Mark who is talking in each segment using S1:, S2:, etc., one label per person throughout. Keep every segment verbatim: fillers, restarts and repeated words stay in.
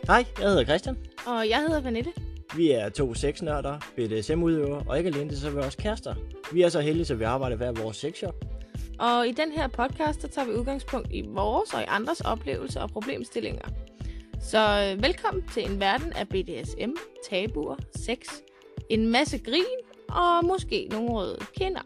S1: Hej, jeg hedder Christian.
S2: Og jeg hedder Vanette.
S1: Vi er to sexnørder, B D S M-udøvere, og ikke alene det, så er vi også kærester. Vi er så heldige, så vi arbejder hver vores sexshop.
S2: Og i den her podcast, der tager vi udgangspunkt i vores og i andres oplevelser og problemstillinger. Så øh, velkommen til en verden af B D S M, tabuer, sex, en masse grin og måske nogle røde kinder.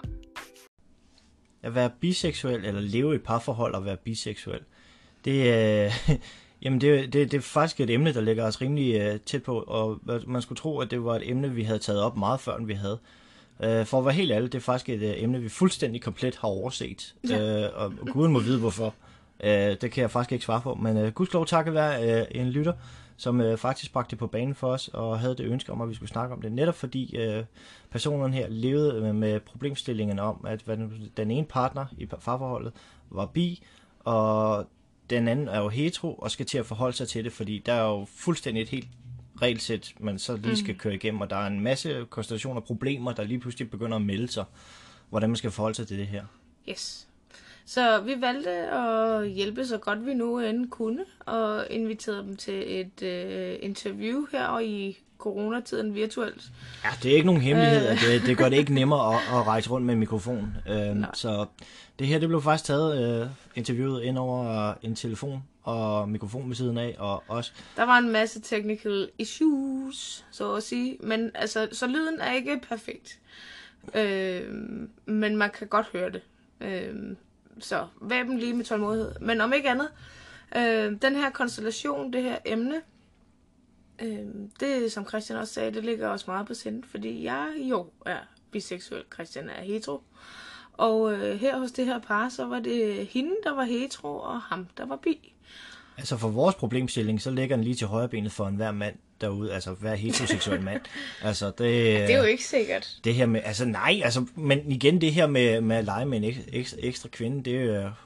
S1: At være biseksuel, eller leve i et parforhold og være biseksuel, det er... Øh, Jamen, det, det, det er faktisk et emne, der ligger os rimelig uh, tæt på, og man skulle tro, at det var et emne, vi havde taget op meget før, end vi havde. Uh, for at være helt ærlig, det er faktisk et uh, emne, vi fuldstændig komplet har overset, ja. uh, og guden må vide, hvorfor. Uh, det kan jeg faktisk ikke svare på, men uh, gudslov takket være uh, en lytter, som uh, faktisk bragte det på banen for os, og havde det ønske om, at vi skulle snakke om det, netop fordi uh, personen her levede med, med problemstillingen om, at den ene partner i farforholdet var bi, og den anden er jo hetero og skal til at forholde sig til det, fordi der er jo fuldstændig et helt regelsæt, man så lige skal køre igennem, og der er en masse konstellationer og problemer, der lige pludselig begynder at melde sig, hvordan man skal forholde sig til det her.
S2: Yes. Så vi valgte at hjælpe så godt vi nu end kunne, og inviterede dem til et øh, interview her i coronatiden virtuelt.
S1: Ja, det er ikke nogen hemmelighed, at det, det gør det ikke nemmere at, at rejse rundt med en mikrofon. Øhm, så det her, det blev faktisk taget øh, interviewet ind over en telefon og mikrofon ved siden af, og også...
S2: Der var en masse technical issues, så at sige, men altså, så lyden er ikke perfekt. Øh, men man kan godt høre det. Øh, så vær dem lige med tålmodighed. Men om ikke andet, øh, den her konstellation, det her emne, øh, det som Christian også sagde, det ligger også meget på sinde, fordi jeg jo er biseksuel, Christian er hetero. Og øh, her hos det her par, så var det hende, der var hetero, og ham, der var bi.
S1: Altså for vores problemstilling, så ligger den lige til højre benet for enhver mand derude, altså hver heteroseksuel mand. Altså det,
S2: det er jo ikke sikkert.
S1: Det her med, altså nej, altså, men igen det her med, med at lege med en ekstra, ekstra kvinde, det er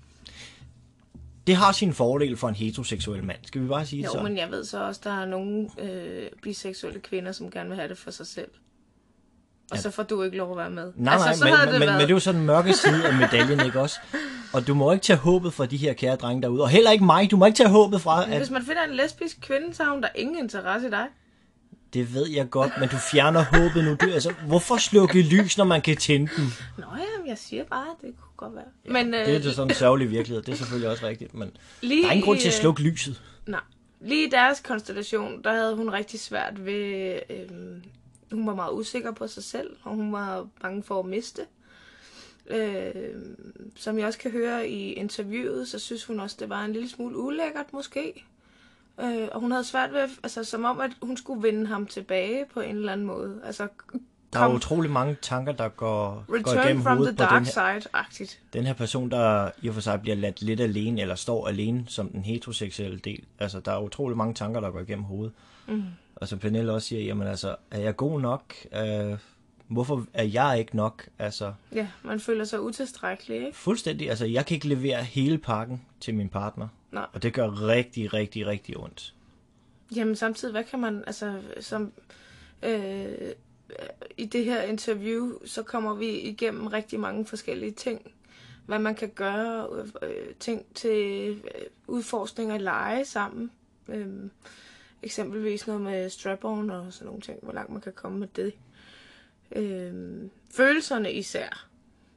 S1: det har sin fordel for en heteroseksuel mand. Skal vi bare sige
S2: jo,
S1: det så?
S2: Jo, men jeg ved så også, der er nogle øh, biseksuelle kvinder, som gerne vil have det for sig selv. Og ja. Så får du ikke lov at være med.
S1: Nej, nej, altså, men, men, det men, men det er jo sådan en mørke side af medaljen, ikke også? Og du må ikke tage håbet fra de her kære drenge derude. Og heller ikke mig, du må ikke tage håbet fra... At...
S2: Hvis man finder en lesbisk kvinde, så har hun der ingen interesse i dig.
S1: Det ved jeg godt, men du fjerner håbet nu. Du, altså, hvorfor slukke lys, når man kan tænde den?
S2: Nå ja, jeg siger bare, det kunne godt være.
S1: Ja,
S2: men,
S1: det er øh, sådan en sørgelig virkelighed, det er selvfølgelig også rigtigt, men
S2: lige,
S1: der er ingen grund til at slukke lyset.
S2: Nej, lige i deres konstellation, der havde hun rigtig svært ved... Øh, hun var meget usikker på sig selv, og hun var bange for at miste. Øh, som jeg også kan høre i interviewet, så synes hun også, det var en lille smule ulækkert måske. Øh, og hun havde svært ved, altså som om, at hun skulle vinde ham tilbage på en eller anden måde. Altså,
S1: der er utrolig mange tanker, der går, går igennem
S2: from
S1: hovedet
S2: the
S1: på
S2: dark
S1: den her,
S2: side-agtigt.
S1: Den her person, der i og for sig bliver ladt lidt alene, eller står alene som den heteroseksuelle del. Altså, der er utrolig mange tanker, der går igennem hovedet. Mm. Og som Pernille også siger, jamen altså, er jeg god nok? Uh, hvorfor er jeg ikke nok? Altså,
S2: ja, man føler sig utilstrækkelig, ikke?
S1: Fuldstændig. Altså, jeg kan ikke levere hele pakken til min partner.
S2: Nej.
S1: Og det gør rigtig, rigtig, rigtig ondt.
S2: Jamen samtidig, hvad kan man, altså, som... Øh, i det her interview, så kommer vi igennem rigtig mange forskellige ting. Hvad man kan gøre, øh, ting til øh, udforskning og lege sammen. Øh, eksempelvis noget med strap-on og sådan nogle ting, hvor langt man kan komme med det. Øh, følelserne især.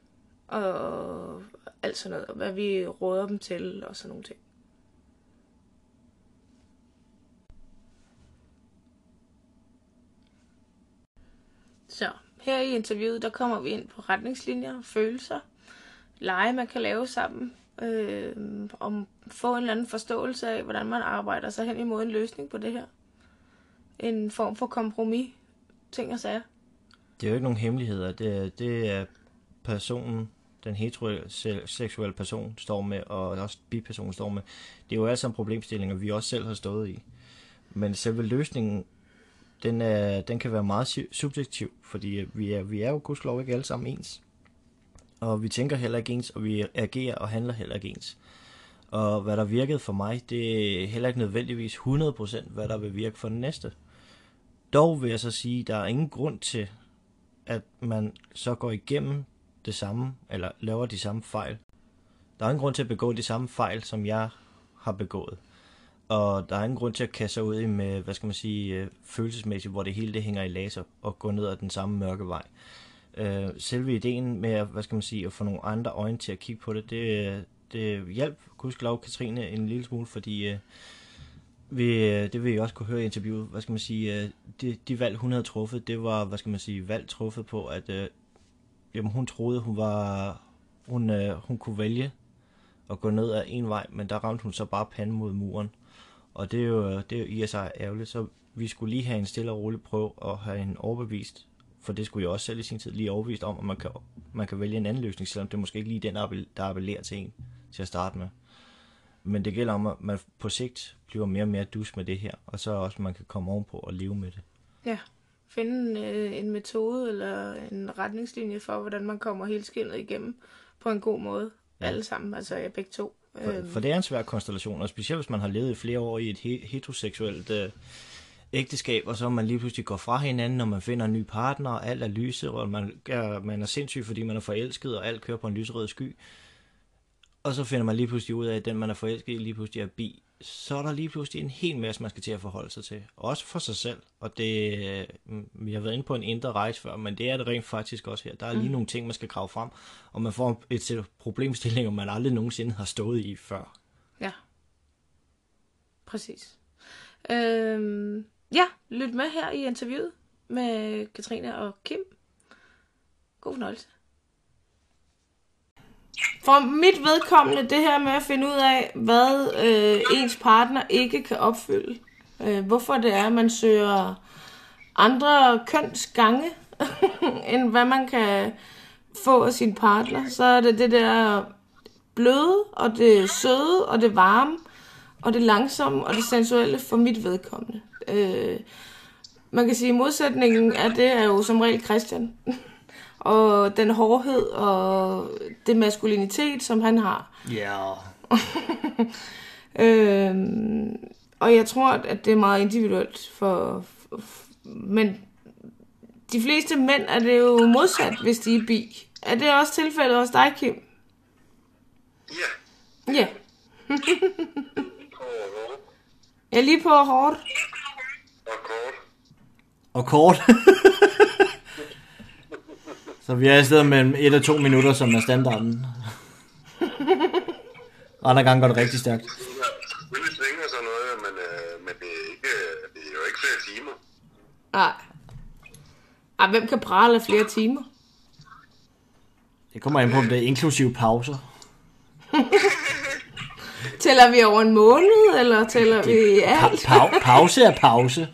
S2: Og alt sådan noget, hvad vi råder dem til og sådan nogle ting. Så her i interviewet, der kommer vi ind på retningslinjer, følelser, lege, man kan lave sammen, øh, om få en eller anden forståelse af, hvordan man arbejder sig hen imod en løsning på det her. En form for kompromis, ting og sager.
S1: Det er jo ikke nogen hemmeligheder. Det, det er personen, den heteroseksuelle person står med, og også bipersonen står med. Det er jo alle sammen problemstillinger, vi også selv har stået i. Men selve løsningen, Den, er, den kan være meget subjektiv, fordi vi er, vi er jo gudskelov ikke alle sammen ens. Og vi tænker heller ikke ens, og vi agerer og handler heller ikke ens. Og hvad der virkede for mig, det er heller ikke nødvendigvis hundrede procent, hvad der vil virke for den næste. Dog vil jeg så sige, der er ingen grund til, at man så går igennem det samme, eller laver de samme fejl. Der er ingen grund til at begå de samme fejl, som jeg har begået. Og der er ingen grund til at kaste sig ud i med, hvad skal man sige, følelsesmæssigt, hvor det hele det hænger i laser og går ned ad den samme mørke vej. Øh, selve ideen med, hvad skal man sige, at få nogle andre øjne til at kigge på det, det, det hjalp gudskelov Katrine en lille smule, fordi øh, vi, det vil I også kunne høre i interviewet, hvad skal man sige, øh, de, de valg hun havde truffet, det var, hvad skal man sige, valg truffet på, at øh, jamen, hun troede, hun var, hun, øh, hun kunne vælge at gå ned ad en vej, men der ramte hun så bare panden mod muren. Og det er jo, det er jo i og sig ærgerligt, så vi skulle lige have en stille og rolig prøve at have en overbevist, for det skulle jeg også selv i sin tid lige overbevist om, at man kan, man kan vælge en anden løsning, selvom det er måske ikke lige den, der appellerer til en til at starte med. Men det gælder om, at man på sigt bliver mere og mere dus med det her, og så også, at man kan komme ovenpå og leve med det.
S2: Ja, finde en, en metode eller en retningslinje for, hvordan man kommer helt skinnet igennem på en god måde. Ja. Alle sammen, altså jeg begge to.
S1: For, for det er en svær konstellation, og specielt hvis man har levet i flere år i et he- heteroseksuelt øh, ægteskab, og så man lige pludselig går fra hinanden, og man finder en ny partner, og alt er lyse, og man er, man er sindssyg, fordi man er forelsket, og alt kører på en lyserød sky. Og så finder man lige pludselig ud af, at den man er forelsket i lige pludselig er bi. Så er der lige pludselig en hel masse, man skal til at forholde sig til. Også for sig selv. Og det, vi har været inde på en indre rejse før, men det er det rent faktisk også her. Der er lige mm. nogle ting, man skal grave frem, og man får et sæt problemstillinger, man aldrig nogensinde har stået i før.
S2: Ja. Præcis. Øhm, ja, lyt med her i interviewet med Katrine og Kim. God fornøjelse. For mit vedkommende, det her med at finde ud af, hvad øh, ens partner ikke kan opfylde. Øh, hvorfor det er, at man søger andre kønsgange, end hvad man kan få af sin partner. Så er det det der bløde, og det søde, og det varme, og det langsomme, og det sensuelle for mit vedkommende. Øh, man kan sige, at modsætningen af det er jo som regel Christian. Og den hårdhed og det maskulinitet, som han har.
S1: Ja.
S2: Yeah. øhm, og jeg tror, at det er meget individuelt for, for... Men de fleste mænd er det jo modsat, hvis de er bi. Er det også tilfældet hos dig, Kim?
S3: Ja.
S2: Ja. Jeg er lige på hårdt.
S3: Og kort.
S1: Og kort. Så vi er i stedet mellem et og to minutter, som er standarden. Andre gange går det rigtig stærkt.
S3: Det svinger sådan noget, men, øh, men det, er ikke, det er jo ikke flere timer.
S2: Nej. Ej, hvem kan prale af flere timer?
S1: Det kommer ind på, om det er inklusive pauser.
S2: Tæller vi over en måned, eller tæller det, vi alt?
S1: Pa- pa- pause er pause.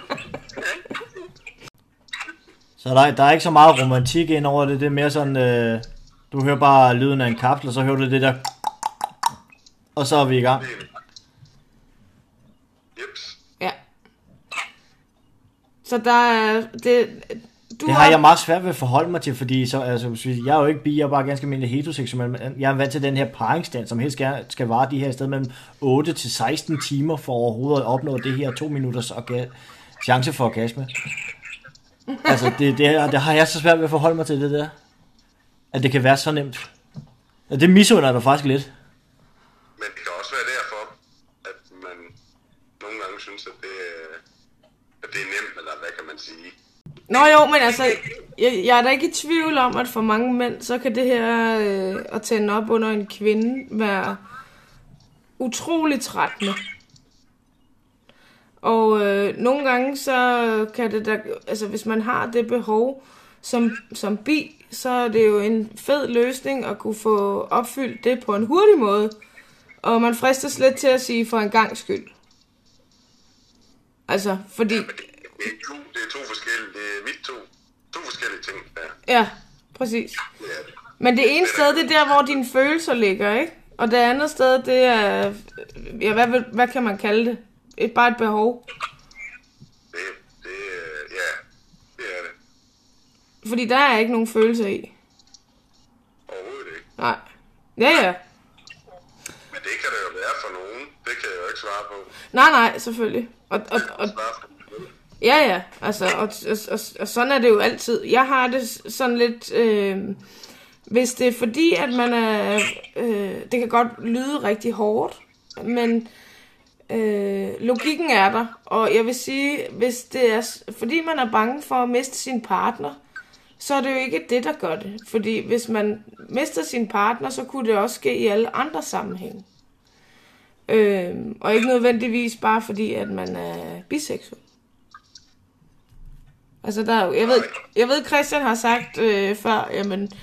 S1: Så der, der er ikke så meget romantik ind over det. Det er mere sådan, øh, du hører bare lyden af en kapsel, og så hører du det der. Og så er vi i gang.
S3: Jeps.
S2: Ja. Så der er... Det, du
S1: det har jeg meget svært ved at forholde mig til, fordi så, altså, jeg er jo ikke bi, jeg er bare ganske almindelig heteroseksuel, men jeg er vant til den her paringsstand, som helst skal, skal vare de her sted mellem otte til seksten timer for overhovedet at opnå det her to minutters orga- chance for orgasme. Altså, det, det, det har jeg så svært ved at forholde mig til, det der. At det kan være så nemt. Ja, det misunder der faktisk lidt.
S3: Men det kan også være derfor, at man nogle gange synes, at det, at det er nemt, eller hvad kan man sige.
S2: Nå jo, men altså, jeg, jeg er da ikke i tvivl om, at for mange mænd, så kan det her øh, at tænde op under en kvinde være utrolig trættende. Og øh, nogle gange så kan det da, altså hvis man har det behov som, som bi, så er det jo en fed løsning at kunne få opfyldt det på en hurtig måde. Og man fristes lidt til at sige for en gangs skyld. Altså, fordi...
S3: Ja, men det, det, er to, det er to forskellige, det er vidt to, to forskellige ting, der.
S2: Ja, præcis.
S3: Det er det.
S2: Men det ene sted, det er der, hvor dine følelser ligger, ikke? Og det andet sted, det er... Ja, hvad, hvad kan man kalde det? Et, bare et behov.
S3: Det, det, ja, det er det.
S2: Fordi der er ikke nogen følelser i.
S3: Overhovedet ikke.
S2: Nej. Ja, ja.
S3: Men det kan det jo være for nogen. Det kan jeg jo ikke svare på.
S2: Nej, nej, selvfølgelig. Og, og, og,
S3: Svare for nogen.
S2: ja, ja. Altså, og, og, og, og sådan er det jo altid. Jeg har det sådan lidt... Øh, hvis det er fordi, at man er... Øh, det kan godt lyde rigtig hårdt, men... Øh, logikken er der, og jeg vil sige, hvis det er, fordi man er bange for at miste sin partner, så er det jo ikke det, der gør det. Fordi hvis man mister sin partner, så kunne det også ske i alle andre sammenhænge. Øh, og ikke nødvendigvis bare fordi, at man er biseksuel. Altså, der er jo, jeg ved, jeg ved Christian har sagt øh, før, jamen,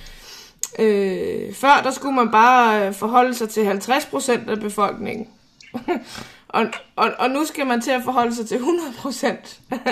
S2: øh, før der skulle man bare forholde sig til halvtreds procent af befolkningen. og, og, og nu skal man til at forholde sig til hundrede procent. øh,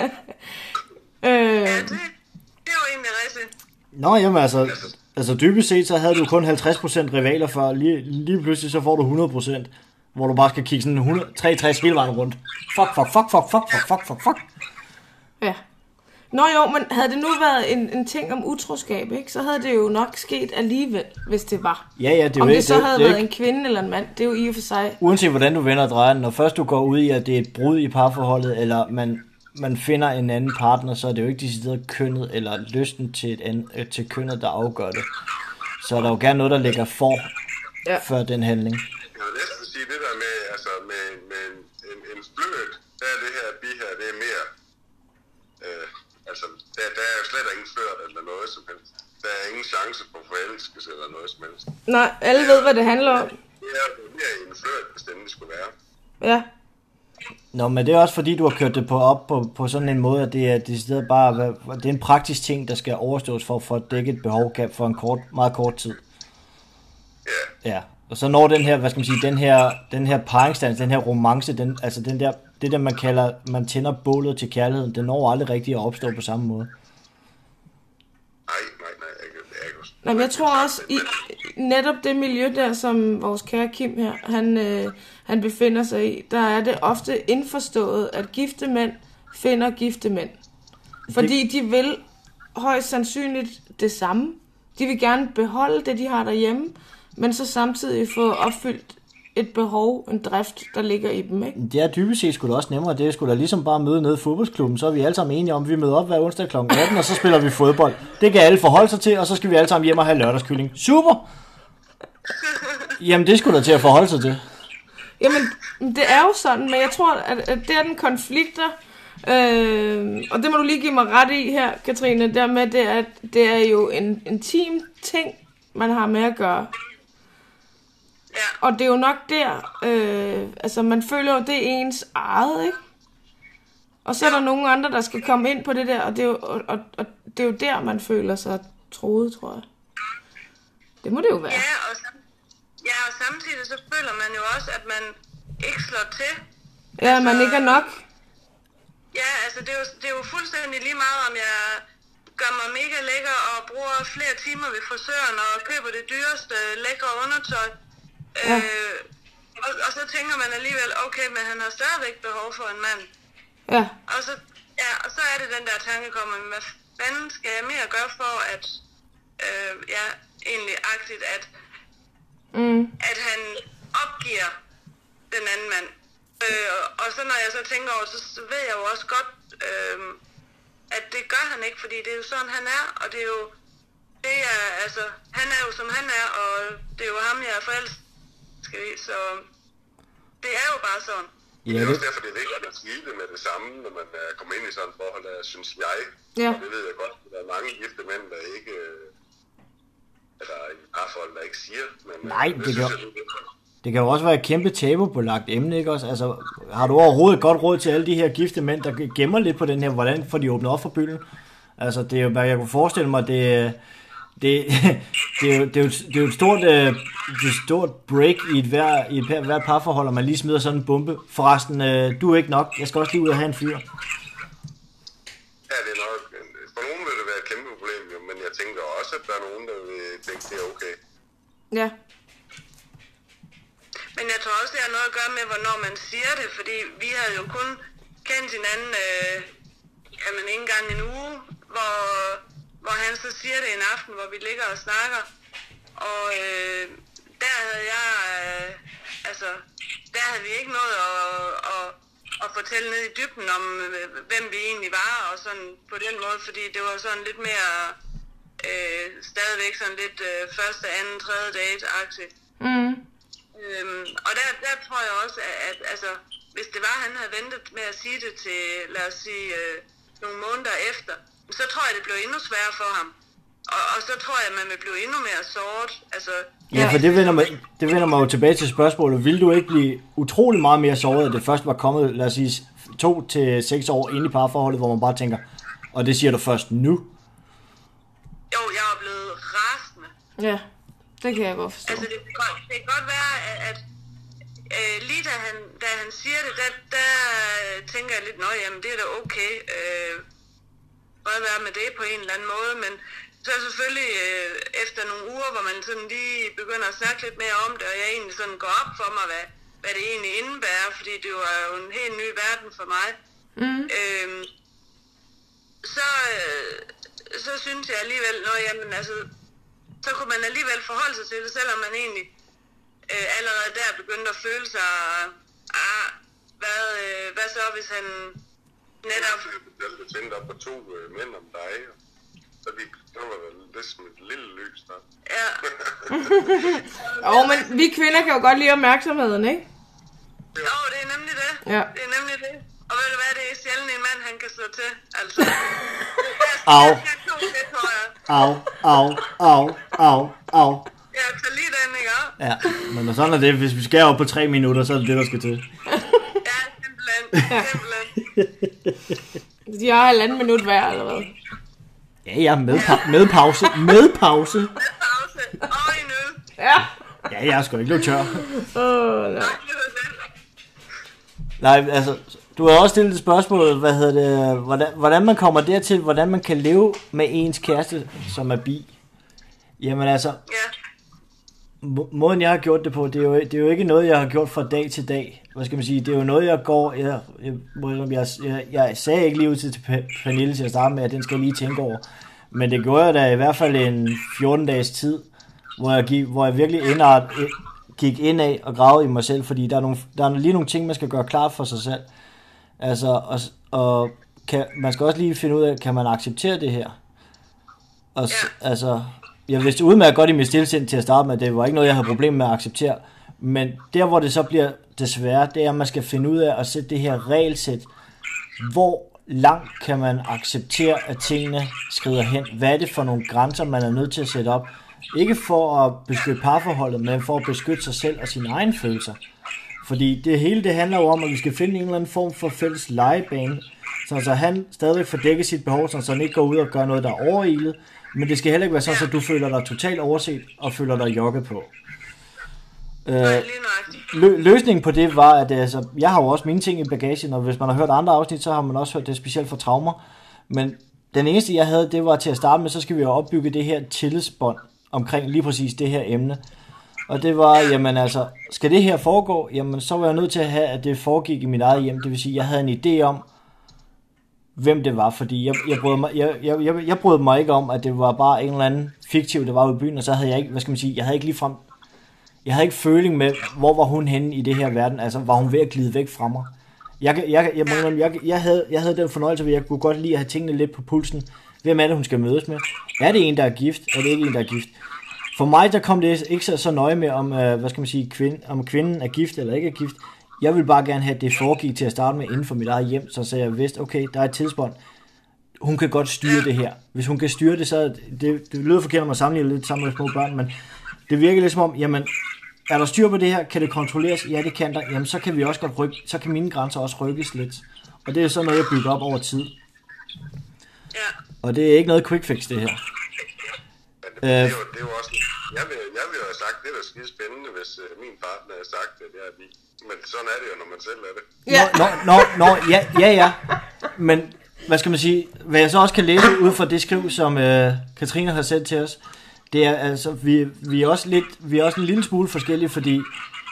S4: Ja, det, det er jo egentlig rigtigt.
S1: Nå, jamen altså, altså dybest set, så havde du kun halvtreds procent rivaler før. Lige, lige pludselig, så får du hundrede procent. Hvor du bare skal kigge sådan hundrede, treogtres hele vejen rundt. Fuck, fuck, fuck, fuck, fuck, fuck, fuck, fuck, fuck.
S2: Ja. Nå jo, men havde det nu været en, en ting om utroskab, ikke, så havde det jo nok sket alligevel, hvis det var.
S1: Ja, ja, det er
S2: om
S1: jo
S2: det
S1: ikke,
S2: så
S1: det,
S2: havde
S1: det,
S2: været
S1: det,
S2: en kvinde eller en mand, det er jo i og for sig.
S1: uanset hvordan du vender og drejer den, når først du går ud i, at det er et brud i parforholdet, eller man, man finder en anden partner, så er det jo ikke decideret kønnet, eller lysten til, et andet, til kønnet, der afgør det. Så er der jo gerne noget, der ligger for,
S2: Ja.
S1: før den handling.
S3: Jeg vil næsten sige det der med, altså med, med en, en, en fløjt, der er det her bi her, det er mere, øh, altså der, der er jo slet ingen fløjt eller noget som helst. Der er ingen chance for forelskelse eller noget som helst.
S2: Nej, alle ved, hvad det handler om.
S3: Det er jo mere en fløjt, hvis det endelig skulle være.
S2: Ja.
S1: Nå, men det er også fordi, du har kørt det på op på, på sådan en måde, at det er decideret bare, det er en praktisk ting, der skal overstås for, for at dække et behov for en kort, meget kort tid.
S3: Ja.
S1: Ja, og så når den her, hvad skal man sige, den her, den her paringsdans, den her romance, den, altså den der, det der man kalder, man tænder bålet til kærligheden, den når aldrig rigtigt at opstå på samme måde.
S3: Nej, nej, nej, jeg, jeg, jeg,
S2: Nå, men jeg tror også, i netop det miljø der, som vores kære Kim her, han, øh, han befinder sig i, der er det ofte indforstået, at gifte mænd finder gifte mænd. Fordi de vil højst sandsynligt det samme. De vil gerne beholde det, de har derhjemme, men så samtidig få opfyldt et behov, en drift, der ligger i dem, ikke?
S1: Det er dybest set sgu da også nemmere. Det er sgu da ligesom bare møde nede i fodboldsklubben, så er vi alle sammen enige om, at vi møder op hver onsdag klokken atten, og så spiller vi fodbold. Det kan alle forholde sig til, og så skal vi alle sammen hjem og have lørdagskylling. Super! Jamen, det skulle da til at forholde sig til.
S2: Jamen, det er jo sådan, men jeg tror, at, at det er den konflikter, øh, og det må du lige give mig ret i her, Katrine, dermed, det er, det er jo en intim ting, man har med at gøre.
S4: Ja.
S2: Og det er jo nok der, øh, altså man føler jo, det er ens eget, ikke? Og så er der nogle andre, der skal komme ind på det der, og det er jo, og, og, og det er jo der, man føler sig troet, tror jeg. Det må det jo være.
S4: Ja, og, sam- ja, og samtidig så føler man jo også, at man ikke slår til.
S2: Ja, man ikke er nok.
S4: Ja, altså det er, jo, det er jo fuldstændig lige meget, om jeg gør mig mega lækker og bruger flere timer ved frisøren og køber det dyreste lækre undertøj.
S2: Ja.
S4: Øh, og, og så tænker man alligevel, okay, men han har stadigvæk behov for en mand.
S2: Ja,
S4: Og så, ja, og så er det den der tanke kommer, hvad fanden skal jeg mere gøre for, at, øh, ja, egentlig agtigt, at,
S2: mm.
S4: at han opgiver den anden mand. Øh, og, og så når jeg så tænker over, så, så ved jeg jo også godt, øh, at det gør han ikke, fordi det er jo sådan, han er, og det er jo, det er, altså, han er jo som han er, og det er jo ham, jeg er forelsket i, så det er jo bare sådan.
S3: Det
S1: Ja,
S3: er
S1: det,
S3: også derfor, det er vigtigt at sige det med det samme, når man uh, kommer ind i sådan et forhold, der synes jeg.
S2: Ja.
S3: Og det ved jeg godt, der er mange gifte mænd, der ikke, uh, eller i parforhold, der ikke siger. Men, uh,
S1: Nej, det
S3: synes
S1: gør-
S3: jeg, det er
S1: det kan jo også være et kæmpe tabubelagt emne, ikke også? Altså, har du overhovedet et godt råd til alle de her gifte mænd, der gemmer lidt på den her, hvordan får de åbnet op for bylden? Altså, det er jo, jeg kunne forestille mig, det, det, det, er, jo, det, er, jo, det er jo et stort, øh, det er et stort break i et hver, i et hver, hver parforhold, og man lige smider sådan en bombe. Forresten, øh, du er ikke nok, jeg skal også lige ud og have en fyr.
S3: Ja, det er nok. For nogen vil det være et kæmpe problem, jo, men jeg tænker også, at der er nogen, der vil tænke, det er okay.
S2: Ja.
S4: Men jeg tror også, det har noget at gøre med, hvornår man siger det, fordi vi havde jo kun kendt hinanden, øh, jamen ikke engang en uge, hvor, hvor han så siger det en aften, hvor vi ligger og snakker. Og øh, der havde jeg, øh, altså, der havde vi ikke noget at, at, at fortælle ned i dybden om, øh, hvem vi egentlig var, og sådan på den måde, fordi det var sådan lidt mere, øh, stadigvæk sådan lidt øh, første, anden, tredje date-agtigt.
S2: Mm.
S4: Øhm, og der, der tror jeg også, at, at altså, hvis det var, han havde ventet med at sige det til, lad os sige, øh, nogle måneder efter, så tror jeg, det blev endnu sværere for ham. Og, og så tror jeg, at man vil blive endnu mere såret. Altså,
S1: Ja, for det vender, mig, det vender mig jo tilbage til spørgsmålet. Vil du ikke blive utrolig meget mere såret, at det først var kommet, lad os sige, to til seks år inde i parforholdet, hvor man bare tænker, og det siger du først nu?
S4: Jo, jeg er blevet rasende.
S2: Ja, det kan jeg godt forstå.
S4: Altså, det kan godt, det kan godt være, at, at øh, lige da han, da han siger det, der, der tænker jeg lidt, nå, jamen, det er da okay. Øh, godt være med det på en eller anden måde, men så selvfølgelig øh, efter nogle uger, hvor man sådan lige begynder at snakke lidt mere om det, og jeg egentlig sådan går op for mig, hvad, hvad det egentlig indebærer, fordi det var jo en helt ny verden for mig.
S2: Mm.
S4: Øh, så, øh, så synes jeg alligevel, nå, jamen, altså, så kunne man alligevel forholde sig til det, selvom man egentlig øh, allerede der begyndte at føle sig, ah, hvad, øh, hvad så, hvis han netop...
S3: Jeg tænkte op på to øh, mænd om dig, så vi, der var det som et lille lys der.
S4: Ja.
S2: Jo, men vi kvinder kan jo godt lide opmærksomheden, ikke?
S4: Jo, det er nemlig det.
S2: Ja.
S4: Det er nemlig det. Og ved du hvad, det er sjældent en mand, han kan slå til. Altså.
S1: Au.
S4: Jeg to det, tror jeg.
S1: Au, au, au, au, au.
S4: Ja, så lige den, ikke?
S1: Ja, men når sådan er det, hvis vi skærer op på tre minutter, så er det det, der skal til.
S4: Ja, simpelthen. Simpelthen.
S2: De har halvanden minut hver, eller hvad?
S1: Ja, ja, med, pa- med pause, med pause.
S4: Med pause. Og en øl.
S2: Ja.
S1: Ja, jeg er sgu ikke løbet tør.
S2: Åh, nej.
S4: Det var det.
S1: Nej, altså, du har også stillet et spørgsmål, hvad hedder det, hvordan, hvordan man kommer dertil, hvordan man kan leve med ens kæreste, som er bi. Jamen altså,
S4: Ja.
S1: må- måden jeg har gjort det på, det er, jo, det er jo ikke noget, jeg har gjort fra dag til dag. Hvad skal man sige, det er jo noget, jeg går, jeg, jeg, jeg, jeg, jeg sagde ikke lige ud til P- Pernille til at starte med, at den skal jeg lige tænke over. Men det gjorde jeg da i hvert fald en fjorten dages tid, hvor jeg, gik, hvor jeg virkelig indart, gik ind af og gravede i mig selv, fordi der er, nogle, der er lige nogle ting, man skal gøre klart for sig selv. Altså, og, og kan, man skal også lige finde ud af, kan man acceptere det her? Og s- altså, jeg vidste udmærket godt i mit stillesind til at starte med, det var ikke noget, jeg havde problemer med at acceptere. Men der, hvor det så bliver desværre, det er, at man skal finde ud af at sætte det her regelsæt. Hvor langt kan man acceptere, at tingene skrider hen? Hvad er det for nogle grænser, man er nødt til at sætte op? Ikke for at beskytte parforholdet, men for at beskytte sig selv og sine egne følelser. Fordi det hele det handler jo om, at vi skal finde en eller anden form for fælles legebane, så han stadig får dækket sit behov, så han ikke går ud og gør noget, der er overilet. Men det skal heller ikke være sådan, at du føler dig totalt overset og føler dig jokket på. Øh,
S4: Nej, lige nøjagtigt.
S1: lø- løsningen på det var, at altså, jeg har jo også mine ting i bagagen, og hvis man har hørt andre afsnit, så har man også hørt det specielt for traumer. Men den eneste, jeg havde, det var til at starte med, så skal vi jo opbygge det her tillidsbånd omkring lige præcis det her emne. Og det var, jamen altså, skal det her foregå, jamen så var jeg nødt til at have, at det foregik i mit eget hjem. Det vil sige, jeg havde en idé om, hvem det var, fordi jeg, jeg, brød mig, jeg, jeg, jeg, jeg brød mig ikke om, at det var bare en eller anden fiktiv, der var ude i byen, og så havde jeg ikke, hvad skal man sige, jeg havde ikke ligefrem, jeg havde ikke føling med, hvor var hun henne i det her verden, altså var hun ved at glide væk fra mig. Jeg, jeg, jeg, jeg, jeg, jeg, jeg, havde, jeg havde den fornøjelse, at jeg kunne godt lide at have tingene lidt på pulsen. Hvem er det, hun skal mødes med? Er det en, der er gift? Er det ikke en, der er gift? For mig, der kom det ikke så, så nøje med, om, øh, hvad skal man sige, kvinde, om kvinden er gift eller ikke er gift. Jeg vil bare gerne have, at det foregik til at starte med inden for mit eget hjem, så jeg vidste, okay, der er et tidspunkt. Hun kan godt styre det her. Hvis hun kan styre det, så det, det lyder forkert, om at sammenligne lidt sammen med små børn, men det virker lidt som om, jamen, er der styr på det her? Kan det kontrolleres? Ja, det kan der. Jamen, så kan vi også godt rykke, så kan mine grænser også rykkes lidt. Og det er sådan noget, jeg bygger op over tid.
S4: Ja.
S1: Og det er ikke noget quick fix, det her.
S3: Men det, det, er jo, det er jo også... Jeg vil, jeg vil jo have sagt, det er da skide spændende, hvis uh, min partner havde sagt det, det er vi. Men sådan er det jo, når man selv er det.
S2: Ja.
S1: Nå, nå, nå, ja, ja, ja. Men, hvad skal man sige, hvad jeg så også kan læse ud fra det skriv, som øh, Katrine har sendt til os, det er altså, vi, vi er også lidt, vi er også en lille smule forskellige, fordi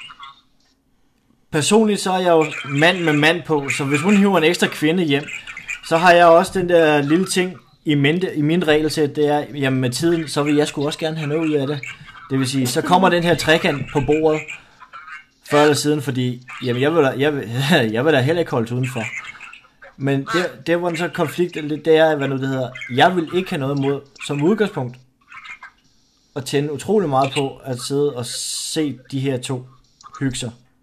S1: personligt så er jeg jo mand med mand på, så hvis hun hiver en ekstra kvinde hjem, så har jeg også den der lille ting i mente, i min regelsæt, det er, jamen med tiden, så vil jeg sgu også gerne have noget ud af det. Det vil sige, så kommer den her trekant på bordet, før eller siden, fordi, jamen jeg vil da, jeg vil, jeg vil da heller ikke holde udenfor. Men det, det hvor den så konflikt, det er, hvad nu det hedder, jeg vil ikke have noget mod, som udgangspunkt, at tænde utrolig meget på, at sidde og se de her to hygge sig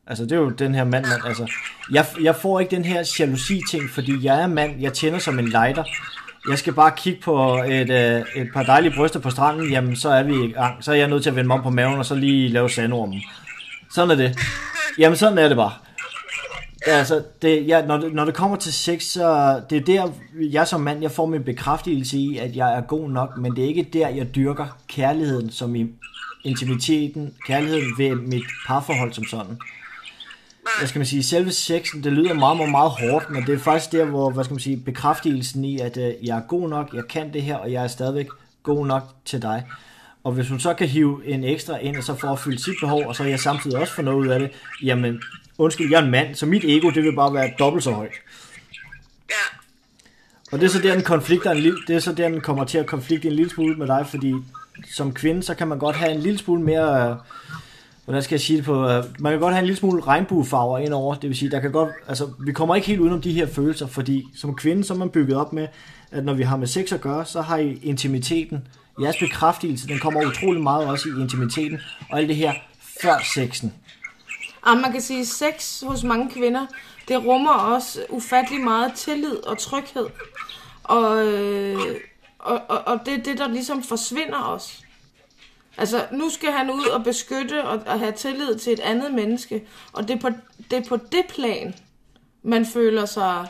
S1: Altså, det er jo den her mand, mand. Altså, jeg, jeg får ikke den her jalousi-ting, fordi jeg er mand, jeg tænder som en lighter. Jeg skal bare kigge på et, et par dejlige bryster på stranden, jamen, så er vi i gang. Så er jeg nødt til at vende mig om på maven, og så lige lave sandormen. Sådan er det. Jamen, sådan er det bare. Ja, altså, det, ja, når, det, når det kommer til sex, så det er der, jeg som mand, jeg får min bekræftelse i, at jeg er god nok, men det er ikke der, jeg dyrker kærligheden, som i intimiteten, kærligheden ved mit parforhold som sådan. Hvad skal man sige, selve sexen, det lyder meget, meget, meget hårdt, men det er faktisk der, hvor, hvad skal man sige, bekræftelsen i, at øh, jeg er god nok, jeg kan det her, og jeg er stadigvæk god nok til dig. Og hvis hun så kan hive en ekstra ind, og så får fyldt sit behov, og så jeg samtidig også får noget ud af det, jamen, undskyld, jeg er en mand, så mit ego, det vil bare være dobbelt så højt.
S4: Ja.
S1: Og det er så der, den konflikter en lille, det er så der, den kommer til at konflikte en lille smule med dig, fordi som kvinde, så kan man godt have en lille smule mere, øh, hvordan skal jeg sige det på, øh, man kan godt have en lille smule regnbuefarver indover, det vil sige, der kan godt, altså, vi kommer ikke helt udenom de her følelser, fordi som kvinde, så er man bygget op med, at når vi har med sex at gøre, så har I intimiteten, jeres bekræftelse, den kommer utrolig meget også i intimiteten, og alt det her før sexen.
S2: Og man kan sige, at sex hos mange kvinder, det rummer også ufattelig meget tillid og tryghed. Og, øh, og, og, og det er det, der ligesom forsvinder også. Altså, nu skal han ud og beskytte og, og have tillid til et andet menneske. Og det er på det, er på det plan, man føler sig...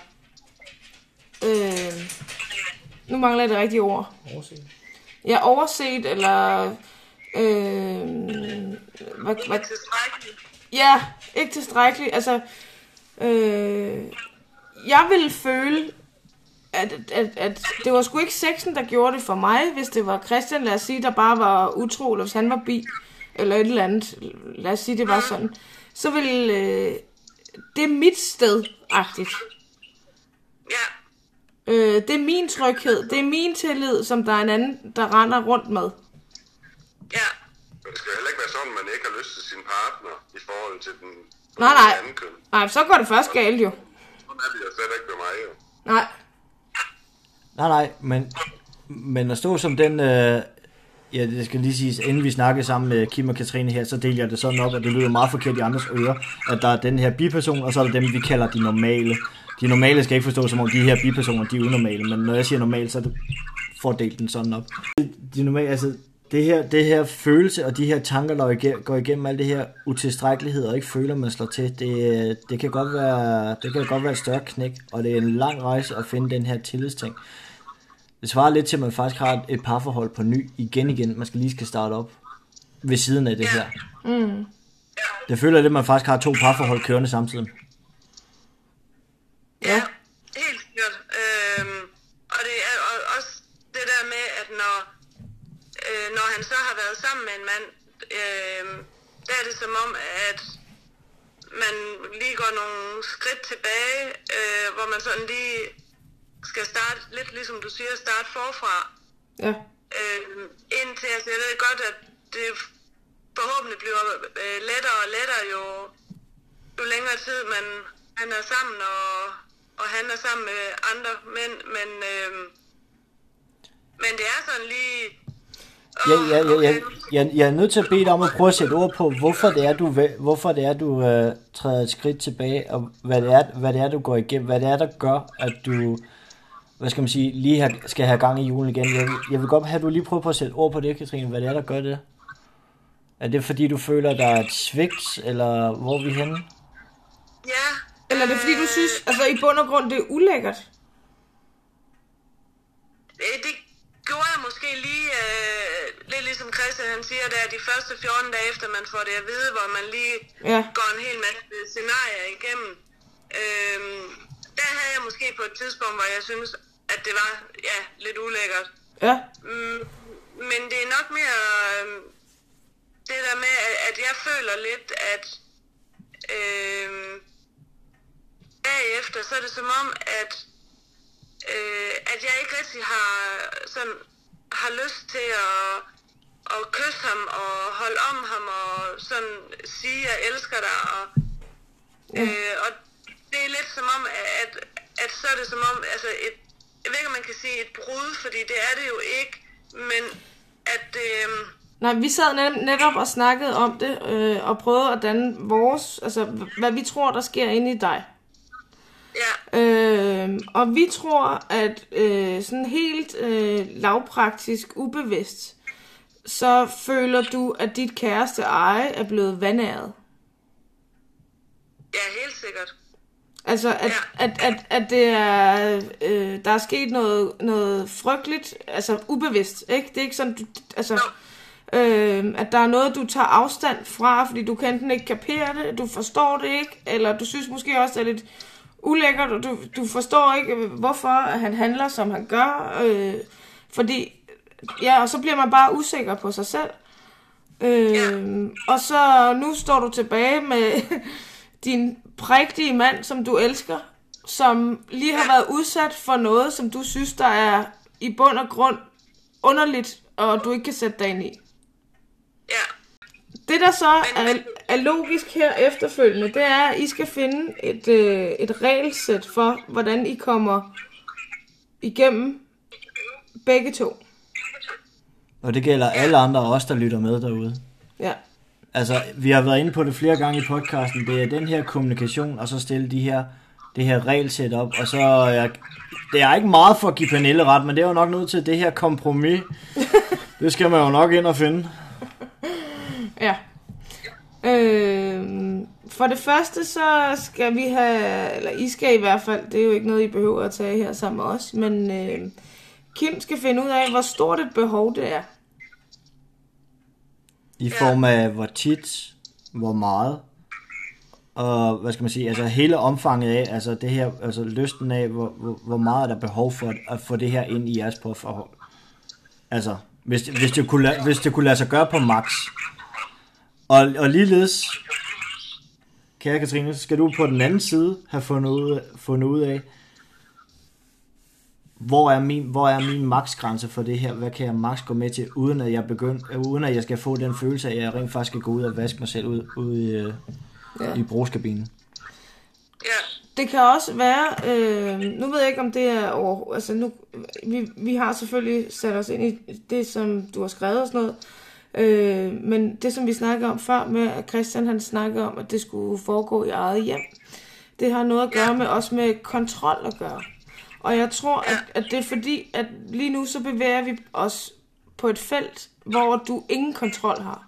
S2: Øh, nu mangler jeg det rigtige ord.
S1: Overset.
S2: Ja, overset, eller... Øh, hvad, hvad, ja, ikke tilstrækkeligt. Altså, øh, jeg ville føle, at, at, at det var sgu ikke sexen, der gjorde det for mig, hvis det var Christian, lad os sige, der bare var utro, eller hvis han var bi, eller et eller andet, lad os sige, det var sådan. Så ville øh, det er mit sted-agtigt.
S4: Ja.
S2: Øh, det er min tryghed, det er min tillid, som der er en anden, der render rundt med.
S4: Ja.
S3: Det skal heller ikke være sådan, at man ikke har lyst til sin partner i forhold til den,
S2: Nej,
S3: den
S2: nej.
S3: anden køn.
S2: Nej, så går det først galt jo.
S3: Sådan er det jo slet ikke med mig jo.
S2: Nej.
S1: Nej, nej, men, men at stå som den, øh, ja, det skal lige siges, inden vi snakkede sammen med Kim og Katrine her, så deler jeg det sådan op, og det lyder meget forkert i andres ører, at der er den her biperson, og så er der dem, vi kalder de normale. De normale skal ikke forstå, som om de her bipersoner, de er unormale, men når jeg siger normale, så er det for at dele den sådan op. De normale, altså, det her, det her følelse og de her tanker, der går igennem alt det her utilstrækkelighed og ikke føler, man slår til, det, det, kan godt være, det kan godt være et større knæk, og det er en lang rejse at finde den her tillidsting. Det svarer lidt til, at man faktisk har et parforhold på ny igen igen, man skal lige skal starte op ved siden af det her.
S2: Mm.
S1: Det føler lidt, at man faktisk har to parforhold kørende samtidig.
S2: Ja.
S4: Helt sikkert. Øhm, og det er også det der med, at når, øh, når han så har været sammen med en mand, øh, der er det som om, at man lige går nogle skridt tilbage, øh, hvor man sådan lige skal starte, lidt ligesom du siger, starte forfra.
S2: Ja.
S4: Øh, indtil altså, jeg ved godt, at det forhåbentlig bliver øh, lettere og lettere, jo, jo længere tid man, man er sammen, og, og han er sammen med andre mænd, men, øh, men det er sådan lige...
S1: Ja, ja, ja, ja, jeg, jeg er nødt til at bede dig om at prøve at sætte ord på, hvorfor det er, du, hvorfor det er, du øh, træder et skridt tilbage, og hvad det, er, hvad det er, du går igennem, hvad det er, der gør, at du, hvad skal man sige, lige her, skal have gang i julen igen. Jeg, jeg vil godt have, at du lige prøver på at sætte ord på det, Katrine, hvad det er, der gør det. Er det fordi, du føler, der er et svigt, eller hvor er vi henne?
S4: Ja.
S2: Eller er det fordi, du synes, altså i bund og grund, det er ulækkert?
S4: Øh, det gjorde jeg måske lige, øh, lidt ligesom Christian han siger, der de første fjorten dage efter, man får det at vide, hvor man lige
S2: Ja.
S4: går en hel masse scenarier igennem. Øh, der havde jeg måske på et tidspunkt, hvor jeg synes, at det var ja, lidt ulækkert.
S2: Ja.
S4: Mm, men det er nok mere øh, det der med, at jeg føler lidt, at øh, bagefter, så er det som om, at øh, at jeg ikke rigtig har sådan har lyst til at, at kysse ham og holde om ham og sådan sige, at jeg elsker dig. Og, øh, og det er lidt som om, at, at så er det som om, altså et, jeg ved ikke, om man kan sige et brud, fordi det er det jo ikke, men at, øh,
S2: Nej, vi sad net- netop og snakkede om det, øh, og prøvede at danne vores, altså hvad vi tror, der sker inde i dig.
S4: Ja.
S2: Øh, og vi tror, at øh, sådan helt øh, lavpraktisk, ubevidst, så føler du, at dit kæreste eje er blevet vandæret.
S4: Ja, helt sikkert.
S2: Altså, at,
S4: Ja.
S2: at, at, at det er, øh, der er sket noget, noget frygteligt, altså ubevidst, ikke? Det er ikke sådan, du, altså, øh, at der er noget, du tager afstand fra, fordi du kan enten ikke kapere det, du forstår det ikke, eller du synes måske også, det er lidt ulækkert, og du, du forstår ikke, hvorfor han handler, som han gør, øh, fordi, ja, og så bliver man bare usikker på sig selv. Øh,
S4: Ja.
S2: Og så nu står du tilbage med din prægtige mand, som du elsker, som lige har været udsat for noget, som du synes, der er i bund og grund underligt, og du ikke kan sætte dig ind i.
S4: Ja.
S2: Det, der så er, er logisk her efterfølgende, det er, at I skal finde et, øh, et regelsæt for, hvordan I kommer igennem begge to.
S1: Og det gælder alle andre også, der lytter med derude.
S2: Ja.
S1: Altså, vi har været inde på det flere gange i podcasten. Det er den her kommunikation, og så stille de her, det her regelsæt op. Og så er det er ikke meget for at give Pernille ret, men det er jo nok nødt til det her kompromis. Det skal man jo nok ind og finde.
S2: Ja. Øh, for det første, så skal vi have, eller I skal i hvert fald, det er jo ikke noget, I behøver at tage her sammen med os, men øh, Kim skal finde ud af, hvor stort et behov det er.
S1: I form af hvor tit, hvor meget, og hvad skal man sige, altså hele omfanget af, altså det her, altså lysten af, hvor, hvor, hvor meget er der behov for at, at få det her ind i jeres forhold. Altså, hvis, hvis, det kunne lade, hvis det kunne lade sig gøre på max. Og, og ligeledes, kære Katrine, skal du på den anden side have fundet ud, fundet ud af, hvor er min, hvor er min maksgrænse for det her? Hvad kan jeg max gå med til, uden at jeg begynder, uden at jeg skal få den følelse af, at jeg rent faktisk skal gå ud og vaske mig selv ud, ud i, ja. i brugskabinen?
S4: Ja.
S2: Det kan også være, øh, nu ved jeg ikke om det er over, altså nu, vi, vi har selvfølgelig sat os ind i det, som du har skrevet og sådan noget, øh, men det som vi snakkede om før med, at Christian han snakkede om, at det skulle foregå i eget hjem, det har noget at gøre med, også med kontrol at gøre. Og jeg tror, at, at det er fordi, at lige nu så bevæger vi os på et felt, hvor du ingen kontrol har.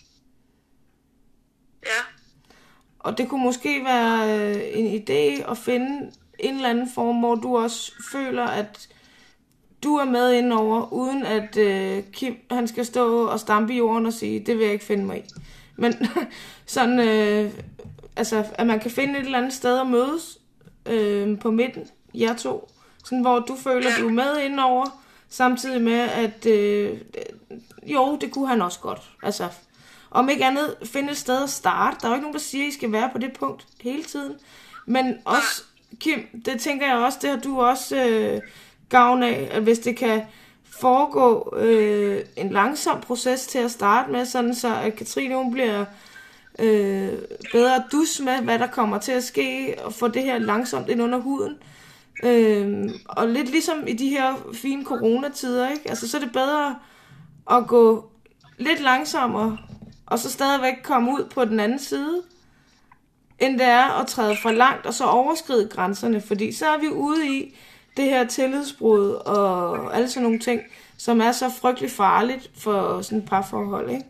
S4: Ja.
S2: Og det kunne måske være øh, en idé at finde en eller anden form, hvor du også føler, at du er med indover, uden at øh, Kim han skal stå og stampe i jorden og sige, det vil jeg ikke finde mig i. Men sådan, øh, altså, at man kan finde et eller andet sted at mødes øh, på midten, jer to. Sådan, hvor du føler, at du er med indover, samtidig med, at øh, jo, det kunne han også godt. Altså, om ikke andet, finde et sted at starte. Der er jo ikke nogen, der siger, at I skal være på det punkt hele tiden. Men også, Kim, det tænker jeg også, det har du også øh, gavn af, at hvis det kan foregå øh, en langsom proces til at starte med, sådan så at Katrine, hun bliver øh, bedre dus med, hvad der kommer til at ske, og få det her langsomt ind under huden. Øhm, og lidt ligesom i de her fine coronatider, ikke? Altså så er det bedre at gå lidt langsommere og så stadigvæk komme ud på den anden side, end det er at træde for langt og så overskride grænserne, fordi så er vi ude i det her tillidsbrud og alle sådan nogle ting, som er så frygtelig farligt for sådan et parforhold, ikke?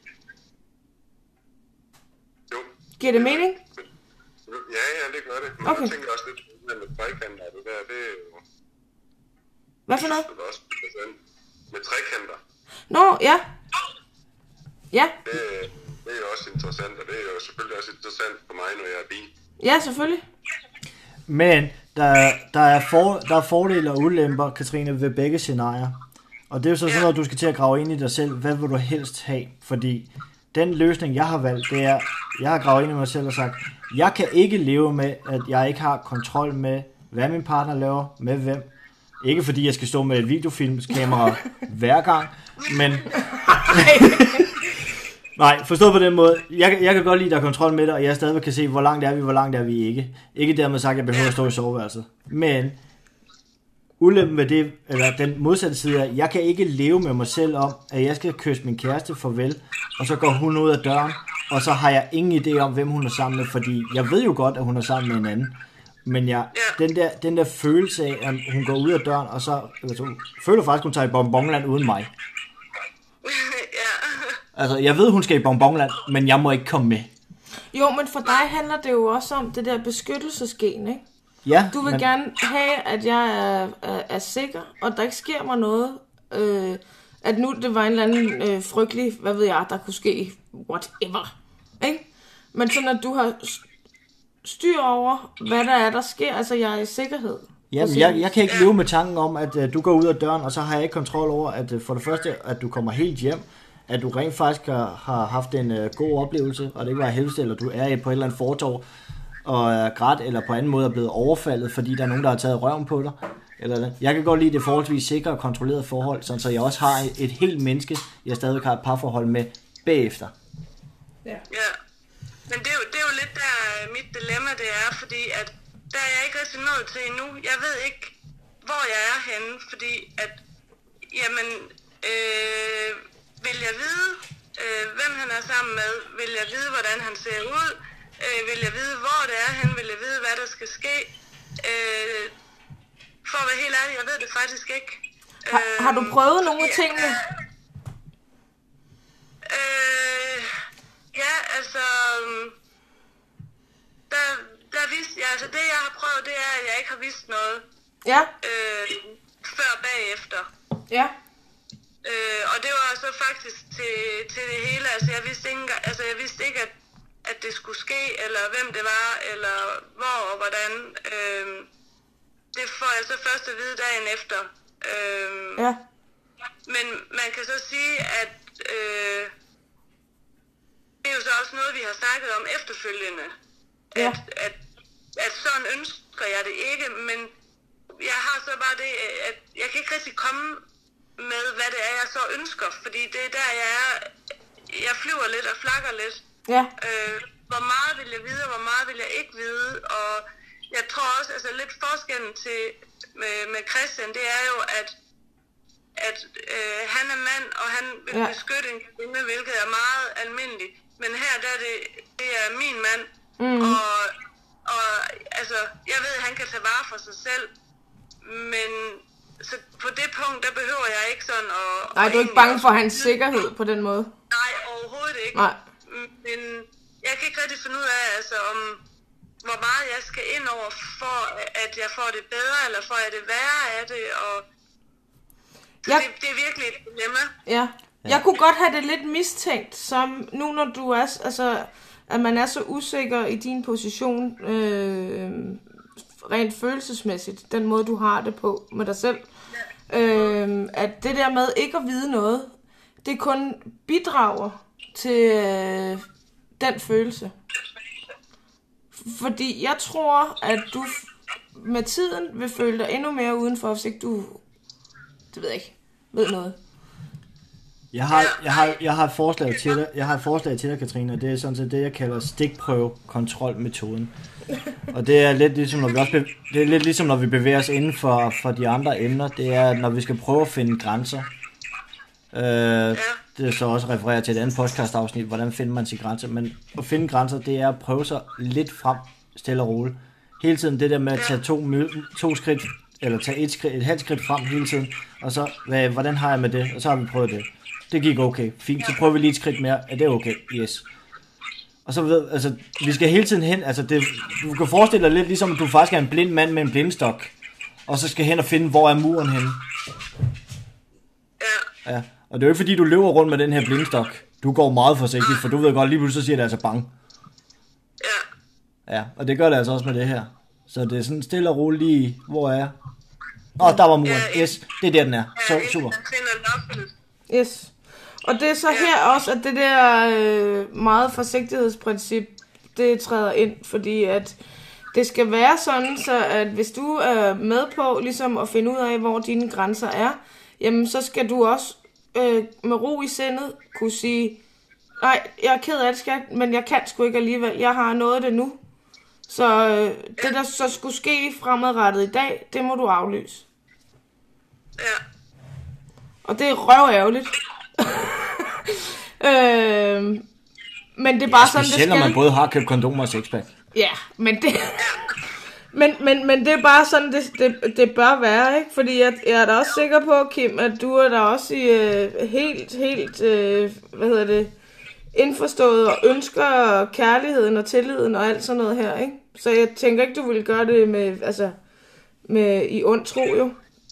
S3: Jo.
S2: Giver det mening?
S3: Ja, ja, det gør det. Men
S2: Okay.
S3: jeg tænker også lidt med trekanter, det der, det er jo...
S2: Hvad for noget?
S3: Det er også interessant. Med trekanter.
S2: Nå, ja. Ja,
S3: Det, det er jo også interessant, og det er jo selvfølgelig også interessant for mig, når jeg er bi.
S2: ja, selvfølgelig.
S1: Men der, der, er for, der er fordele og ulemper, Katrine, ved begge scenarier. Og det er jo så sådan noget, du skal til at grave ind i dig selv. Hvad vil du helst have? Fordi den løsning, jeg har valgt, det er, jeg har gravet ind i mig selv og sagt, jeg kan ikke leve med, at jeg ikke har kontrol med, hvad min partner laver, med hvem. Ikke fordi jeg skal stå med et videofilmskamera hver gang, men... Nej, forstået på den måde. Jeg, jeg kan godt lide, at der er kontrol med det, og jeg stadigvæk kan se, hvor langt er vi, hvor langt er vi ikke. Ikke dermed sagt, at jeg behøver at stå i soveværelset. Men ulempen ved det, eller den modsatte side er, jeg kan ikke leve med mig selv om, at jeg skal kysse min kæreste farvel, og så går hun ud af døren, og så har jeg ingen idé om, hvem hun er sammen med, fordi jeg ved jo godt, at hun er sammen med en anden. Men jeg,
S4: Ja.
S1: den, der, den der følelse af, at hun går ud af døren, og så altså, hun føler faktisk, at hun tager i Bonbonland uden mig.
S4: Ja.
S1: Altså, jeg ved, hun skal i Bonbonland, men jeg må ikke komme med.
S2: Jo, men for dig handler det jo også om det der beskyttelsesgen, ikke?
S1: Ja,
S2: Du vil
S1: men,
S2: gerne have, at jeg er, er, er sikker, og der ikke sker mig noget. Øh, at nu det var en eller anden øh, frygtelig, hvad ved jeg, der kunne ske, whatever. Ikke? Men så når du har styr over, hvad der er, der sker, altså jeg er i sikkerhed.
S1: Jamen, jeg, jeg kan ikke leve med tanken om, at uh, du går ud af døren, og så har jeg ikke kontrol over, at uh, for det første, at du kommer helt hjem, at du rent faktisk har, har haft en uh, god oplevelse, og det ikke var helvede, eller du er på et eller andet fortov, og er grædt, eller på anden måde er blevet overfaldet, fordi der er nogen, der har taget røven på dig. Eller det. Jeg kan godt lide det forholdsvis sikre og kontrolleret forhold, sådan, så jeg også har et, et helt menneske, jeg stadig har et parforhold med bagefter.
S2: Ja.
S4: Ja. Men det er, jo, det er jo lidt der mit dilemma det er, fordi at der er jeg ikke rigtig nået til endnu. Jeg ved ikke, hvor jeg er henne, fordi at, jamen, øh, vil jeg vide, øh, hvem han er sammen med? Vil jeg vide, hvordan han ser ud? Øh, vil jeg vide, hvor det er henne? Vil jeg vide, hvad der skal ske? Øh, for at være helt ærlig, jeg ved det faktisk ikke.
S2: Har, har du prøvet nogle af tingene?
S4: Øh, ja, altså, der, der vidste jeg, altså det jeg har prøvet, det er, at jeg ikke har vidst noget
S2: Ja,
S4: øh, før bagefter.
S2: ja.
S4: Øh, og det var så faktisk til, til det hele, altså jeg vidste ikke, engang- altså jeg vidste ikke at, at det skulle ske, eller hvem det var, eller hvor og hvordan. Øh, det får jeg så først at vide dagen efter. Øh,
S2: Ja,
S4: Men man kan så sige, at øh, det er jo så også noget, vi har snakket om efterfølgende. At,
S2: Ja.
S4: at, at sådan ønsker jeg det ikke, men jeg har så bare det, at jeg kan ikke rigtig komme med, hvad det er, jeg så ønsker. Fordi det er der, jeg er. Jeg flyver lidt og flakker lidt.
S2: ja,
S4: Øh, hvor meget vil jeg vide, og hvor meget vil jeg ikke vide. Og jeg tror også, altså lidt forskellen til med, med Christian, det er jo, at at øh, han er mand, og han vil
S2: Ja.
S4: beskytte en kvinde, hvilket er meget almindeligt. Men her, der er det, det er min mand,
S2: Mm.
S4: og, og altså, jeg ved, at han kan tage vare for sig selv, men så på det punkt, der behøver jeg ikke sådan at...
S2: nej, du er ikke bange for hans sikkerhed på den måde.
S4: Nej, overhovedet ikke.
S2: Nej.
S4: Men jeg kan ikke rigtig finde ud af, altså, om hvor meget jeg skal ind over, for at jeg får det bedre, eller får jeg det værre af det, og så
S2: Ja.
S4: det, det er virkelig et dilemma.
S2: Ja. Jeg kunne godt have det lidt mistænkt, som nu når du er, altså, at man er så usikker i din position, øh, rent følelsesmæssigt, den måde du har det på med dig selv, øh, at det der med ikke at vide noget, det kun bidrager til øh, den følelse. Fordi jeg tror, at du med tiden vil føle dig endnu mere udenfor, hvis ikke du, det ved jeg ikke, ved noget.
S1: Jeg har, jeg, har, jeg har et forslag til dig, jeg har et forslag til dig, Katrine, og det er sådan set det, jeg kalder stikprøvekontrolmetoden. Og det er lidt ligesom, når vi også bev- det er lidt ligesom, når vi bevæger os inden for, for de andre emner. Det er, når vi skal prøve at finde grænser. Øh, det er så også refereret til et andet podcast-afsnit, hvordan finder man sine grænser. Men at finde grænser, det er at prøve sig lidt frem, stille og roligt. Hele tiden det der med at tage to, mø- to skridt, eller tage et, skridt, et halvt skridt frem hele tiden. Og så, hvad, hvordan har jeg med det? Og så har vi prøvet det. Det gik okay, fint, så prøver vi lige et skridt mere. Er det okay? Yes. Og så ved, altså, vi skal hele tiden hen, altså det, du kan forestille dig lidt ligesom, at du faktisk er en blind mand med en blindstok, og så skal hen og finde, hvor er muren henne.
S4: Ja,
S1: Ja, og det er jo ikke fordi, du løber rundt med den her blindstok. Du går meget forsigtigt, for du ved godt, lige pludselig så siger det altså bang.
S4: ja,
S1: Ja, og det gør det altså også med det her. Så det er sådan stille og roligt lige, hvor er jeg? Åh, der var muren. Yes, det er der, den er. Så
S4: ja,
S1: super.
S4: man finder loftet.
S2: Yes. Og det er så her også, at det der øh, meget forsigtighedsprincip, det træder ind, fordi at det skal være sådan, så at hvis du er med på ligesom at finde ud af, hvor dine grænser er, jamen så skal du også øh, med ro i sindet kunne sige, nej, jeg er ked af det, skat, men jeg kan sgu ikke alligevel, jeg har nået det nu. Så øh, det, der så skulle ske fremadrettet i dag, det må du aflyse.
S4: Ja.
S2: Og det er røværgerligt. øh, men det er bare
S1: ja,
S2: sådan, det
S1: specielt, når
S2: skal.
S1: man både har købt kondomer og sexpack.
S2: Ja, men det... Men, men, men det er bare sådan, det, det, det bør være, ikke? Fordi jeg, jeg er da også sikker på, Kim, at du er da også i, øh, helt, helt, øh, hvad hedder det, indforstået og ønsker kærligheden og tilliden og alt sådan noget her, ikke? Så jeg tænker ikke, du ville gøre det med, altså, med i ond tro, jo.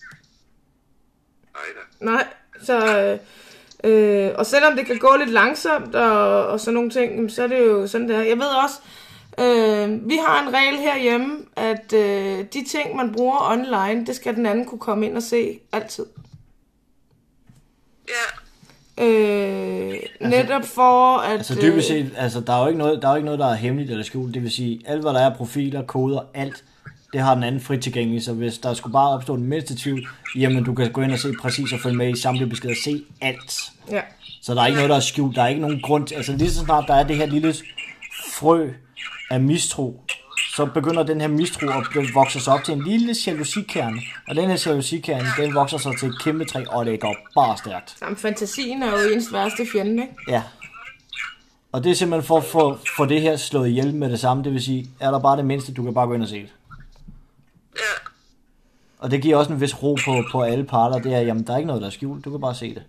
S3: Nej da.
S2: Nej, så... Øh, øh, og selvom det kan gå lidt langsomt og, og sådan nogle ting, så er det jo sådan der. Jeg ved også... Øh, vi har en regel herhjemme, at øh, de ting, man bruger online, det skal den anden kunne komme ind og se altid.
S4: Ja.
S2: Øh, netop for at...
S1: Altså dybest set, altså, der er jo ikke noget, der er jo ikke noget, der er hemmeligt eller skjult. Det vil sige, alt hvad der er profiler, koder, alt, det har den anden frit tilgængeligt. Så hvis der skulle bare opstå den mindste tvivl, jamen du kan gå ind og se præcis og følge med i samtlige beskeder og se alt.
S2: Ja.
S1: Så der er ikke noget, der er skjult. Der er ikke nogen grund til, altså lige så snart der er det her lille frø af mistro, så begynder den her mistro at vokse sig op til en lille jalousikerne. Og den her jalousikerne, den vokser sig til et kæmpe træ, og det går bare stærkt.
S2: Jamen, fantasien er jo ens værste fjende, ikke?
S1: Ja. Og det er simpelthen for at få, få det her slået ihjel med det samme. Det vil sige, er der bare det mindste, du kan bare gå ind og se det.
S4: Ja.
S1: Og det giver også en vis ro på, på alle parter. Det er, jamen der er ikke noget, der er skjult. Du kan bare se det.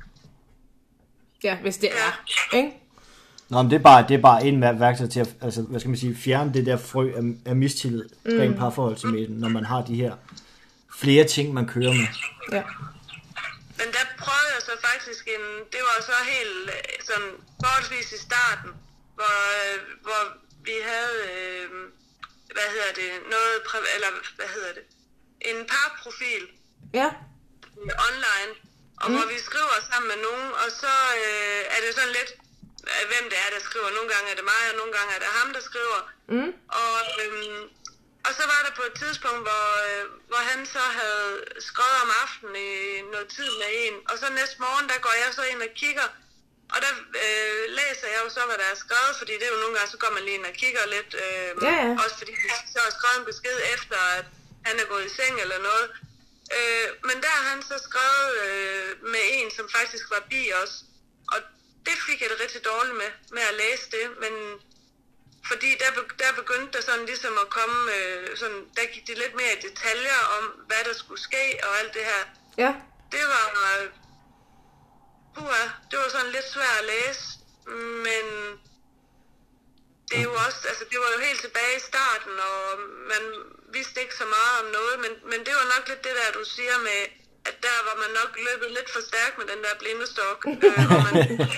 S2: Ja, hvis det er, ikke?
S1: Nå, men det er bare, det er bare en værktøj til at, altså, hvad skal man sige, fjerne det der frø af, af mistillid, mm. rent parforholdsmæssigt, når man har de her flere ting, man kører med.
S2: Ja.
S4: Men der prøvede jeg så faktisk en, det var så helt sådan forholdsvis i starten, hvor, hvor vi havde, øh, hvad hedder det, noget, eller hvad hedder det, en parprofil.
S2: Ja.
S4: Online, og mm. hvor vi skriver sammen med nogen, og så øh, er det sådan lidt, hvem det er, der skriver. Nogle gange er det mig, og nogle gange er det ham, der skriver. Mm. Og, øhm, og så var der på et tidspunkt, hvor, øh, hvor han så havde skrevet om aftenen i noget tid med en. Og så næste morgen, der går jeg så ind og kigger. Og der øh, læser jeg jo så, hvad der er skrevet, fordi det er jo nogle gange, så går man lige ind og kigger lidt. Øh,
S2: ja, ja.
S4: Også fordi han så har skrevet en besked efter, at han er gået i seng eller noget. Øh, men der har han så skrevet øh, med en, som faktisk var bi også. Og det fik jeg det rigtig dårligt med, med at læse det, men fordi der, der begyndte der sådan ligesom at komme, øh, sådan, der gik det lidt mere i detaljer om, hvad der skulle ske og alt det her.
S2: Ja.
S4: Det var, øh, uh, det var sådan lidt svært at læse, men det er jo også, altså det var jo helt tilbage i starten, og man vidste ikke så meget om noget, men, men det var nok lidt det der, du siger med, at der var man nok løbet lidt for stærkt med den der blindestok. Øh, man...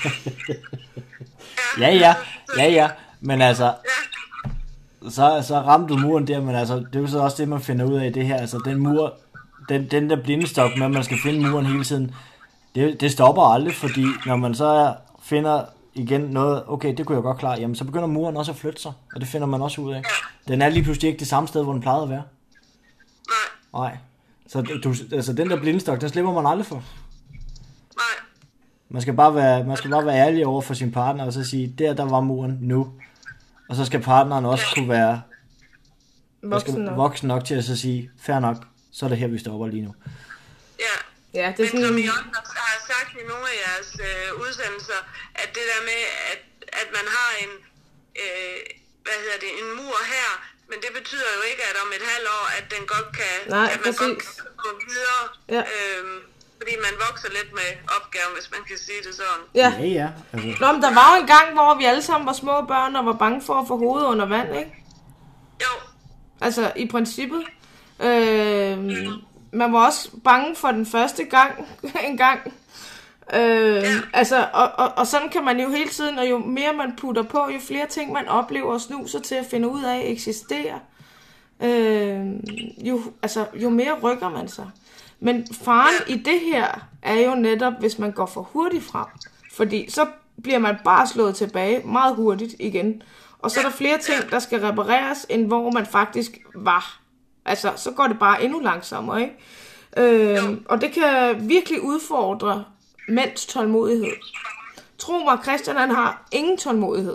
S1: ja, ja, ja, ja, men altså, ja. så, så ramte du muren der, men altså, det er jo så også det, man finder ud af i det her, altså den mur, den, den der blindestok med, at man skal finde muren hele tiden, det, det stopper aldrig, fordi når man så finder igen noget, okay, det kunne jeg godt klare, jamen så begynder muren også at flytte sig, og det finder man også ud af. Den er lige pludselig ikke det samme sted, hvor den plejede at være.
S4: Nej.
S1: Nej. Så du, altså den der blindestok, den slipper man aldrig for.
S4: Nej.
S1: Man skal bare være, man skal bare være ærlig over for sin partner, og så sige, der, der var muren nu. Og så skal partneren også kunne være
S2: voksen nok,
S1: voksen nok til at så sige, fair nok, så er det her, vi stopper lige nu.
S4: Ja.
S2: Ja, det er sådan...
S4: Men som I også har sagt i nogle af jeres øh, udsendelser, at det der med, at, at man har en, øh, hvad hedder det, en mur her, men det betyder jo ikke, at om et halvt år, at den godt kan,
S2: Nej,
S4: at man
S2: præcis.
S4: godt kan gå videre.
S2: Ja.
S4: Øhm, fordi man vokser lidt med opgaven, hvis man kan sige det sådan.
S2: Ja,
S1: ja. ja. Altså.
S2: Nå, men der var jo en gang, hvor vi alle sammen var små børn og var bange for at få hovedet under vand, ikke?
S4: Jo.
S2: Altså, i princippet. Øh, man var også bange for den første gang, en gang. Øh, ja. Altså, og, og, og sådan kan man jo hele tiden, og jo mere man putter på, jo flere ting man oplever og snuser til at finde ud af eksisterer, øh, jo, altså, jo mere rykker man sig. Men faren i det her er jo netop, hvis man går for hurtigt frem, fordi så bliver man bare slået tilbage meget hurtigt igen, og så er der flere ting, der skal repareres, end hvor man faktisk var. Altså, så går det bare endnu langsommere, ikke? Øh, og det kan virkelig udfordre mænds tålmodighed. Tro mig, Christian, han har ingen tålmodighed.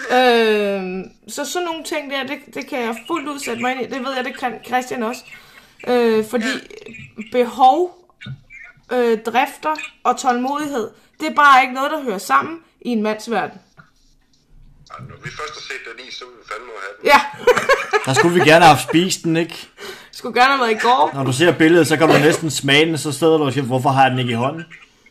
S2: øh, så sådan nogle ting der, det, det kan jeg fuldt ud sætte mig ind i. Det ved jeg, det kan Christian også. Øh, fordi ja. behov, øh, drifter og tålmodighed, det er bare ikke noget, der hører sammen i en mands verden.
S3: Ja, når vi først har set den i, så vil vi fandme have den.
S2: Ja.
S1: Der skulle vi gerne have spist den, ikke?
S2: Skulle gerne have været i går.
S1: Når du ser billedet, så kan du næsten smage den, så steder du og siger, hvorfor har jeg den ikke i hånden?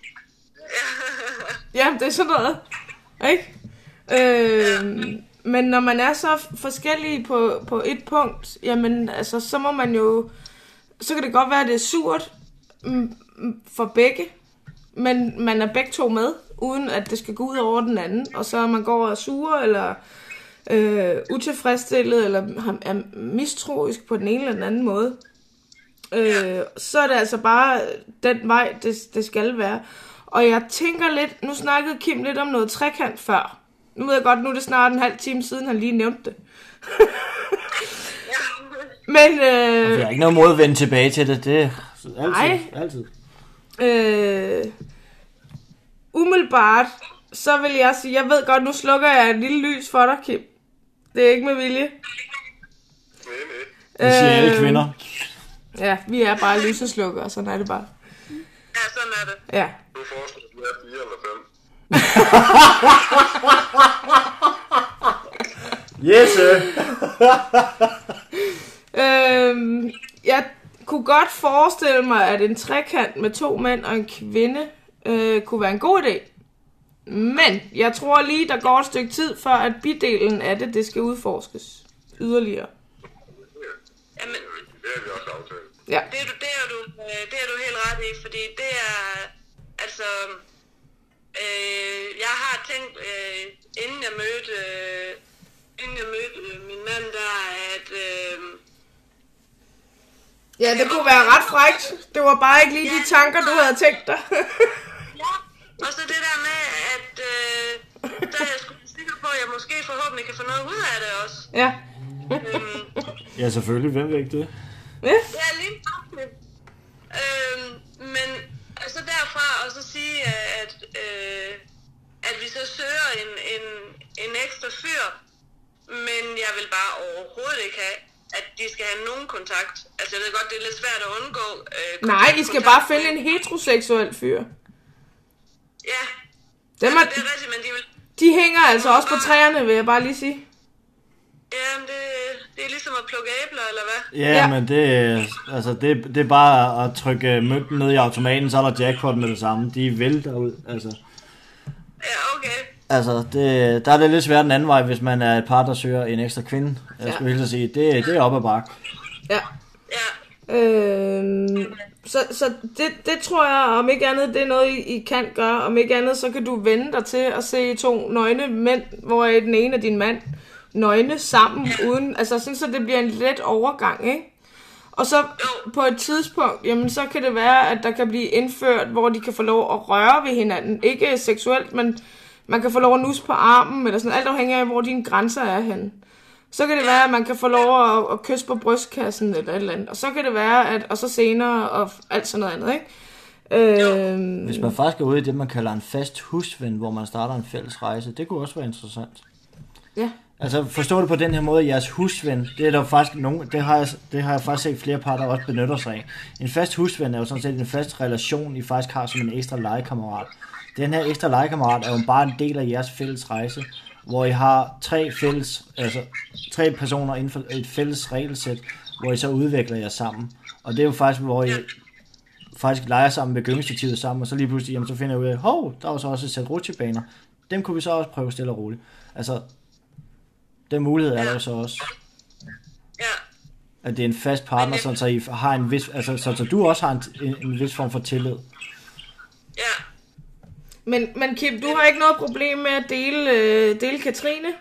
S2: Ja, det er sådan noget. Ikke? Øh, men når man er så forskellige på, på et punkt, jamen, altså, så må man jo... Så kan det godt være, at det er surt mm, for begge, men man er begge to med, uden at det skal gå ud over den anden. Og så man går og er sur, eller øh, utilfredsstillet, eller er mistroisk på den ene eller den anden måde. Øh, så er det altså bare den vej, det, det skal være. Og jeg tænker lidt, nu snakkede Kim lidt om noget trekant før. Nu ved jeg godt, nu er det snart en halv time siden, han lige nævnte det. Men øh,
S1: jeg har ikke noget mod at vende tilbage til det. Det er altid.
S2: Nej.
S1: altid.
S2: Øh, umiddelbart, så vil jeg sige, jeg ved godt, nu slukker jeg et lille lys for dig, Kim. Det er ikke med vilje.
S3: Nej, nej.
S1: Det siger alle
S2: Øh,
S1: kvinder.
S2: Ja, vi er bare lyseslukker, og sådan er det bare.
S4: Ja, sådan er det.
S2: Ja.
S3: Du forestiller dig, at jeg er fire eller fem.
S1: Yes, sir.
S2: Øhm, jeg kunne godt forestille mig, at en trekant med to mænd og en kvinde øh, kunne være en god idé. Men jeg tror lige, der går et stykke tid, før at bidelen af det, det skal udforskes yderligere.
S4: Jamen,
S3: Det har vi også aftalt.
S2: Ja.
S4: det er, du, det, er du, øh, det er du helt ret i, fordi det er, altså, øh, jeg har tænkt, øh, inden jeg mødte, øh, inden jeg mødte øh, min mand der, at, øh,
S2: Ja, det kunne være ret frækt. Det var bare ikke lige de tanker, du havde tænkt dig.
S4: ja, og så det der med, at, øh, der er jeg sgu sikker på, at jeg måske forhåbentlig kan få noget ud af det også.
S2: Ja.
S4: Øhm,
S1: Ja, selvfølgelig. Hvem vil ikke det?
S2: Ja.
S4: Det er lige faktisk. Øhm, men altså derfra og så sige, at, øh, at vi så søger en, en, en ekstra fyr, men jeg vil bare overhovedet ikke have, at de skal have nogen kontakt. Altså jeg ved godt, det er lidt svært at undgå. Øh,
S2: Nej, I skal bare finde en heteroseksuel fyr.
S4: Ja,
S2: Dem
S4: altså,
S2: er,
S4: det er rigtigt, men de vil...
S2: de hænger altså også på træerne, vil jeg bare lige sige.
S4: Jamen, det, det er ligesom at plukke æbler, eller hvad?
S1: Ja,
S2: Ja.
S1: men det, altså det, det er bare at trykke mønten ned i automaten, så er der jackpot med det samme. De vil derud, altså.
S4: Ja, okay.
S1: Altså, det, der er det lidt svært den anden vej, hvis man er et par, der søger en ekstra kvinde. Jeg
S2: Ja.
S1: skulle helt sige, det, det er op ad bakke.
S2: Ja.
S4: Ja,
S2: Øhm, så så det, det tror jeg, om ikke andet, det er noget, I, I kan gøre. Om ikke andet, så kan du vende dig til at se to nøgne mænd, hvor den ene er din mand, nøgne sammen, uden, altså sådan, så det bliver en let overgang, ikke? Og så på et tidspunkt, jamen så kan det være, at der kan blive indført, hvor de kan få lov at røre ved hinanden. Ikke seksuelt, men man kan få lov at nusse på armen, eller sådan, alt afhængig af, hvor dine grænser er henne. Så kan det være, at man kan få lov at, at kysse på brystkassen eller et eller andet. Og så kan det være, at og så senere og alt sådan noget andet, ikke? Øhm,
S1: Hvis man faktisk er ude i det, man kalder en fast husven, hvor man starter en fælles rejse, det kunne også være interessant.
S2: ja.
S1: Altså forstå det på den her måde, jeres husven, det er der faktisk nogen, det har jeg, det har jeg faktisk set flere par, der også benytter sig af. En fast husven er jo sådan set en fast relation, I faktisk har som en ekstra legekammerat. Den her ekstra legekammerat er jo bare en del af jeres fælles rejse, hvor I har tre fælles, altså tre personer inden for et fælles regelsæt, hvor I så udvikler jer sammen. Og det er jo faktisk, hvor I faktisk leger sammen med gyngestativet sammen, og så lige pludselig, jamen, så finder jeg ud af, hov, der var så også et sæt rutsjebaner. Dem kunne vi så også prøve stille og roligt. Altså, den mulighed er der jo så også.
S4: ja.
S1: At det er en fast partner, sådan så I har en vis, altså sådan så du også har en, en, en vis form for tillid.
S4: Ja.
S2: Men, men Kim, du har ikke noget problem med at dele, øh, dele Katrine?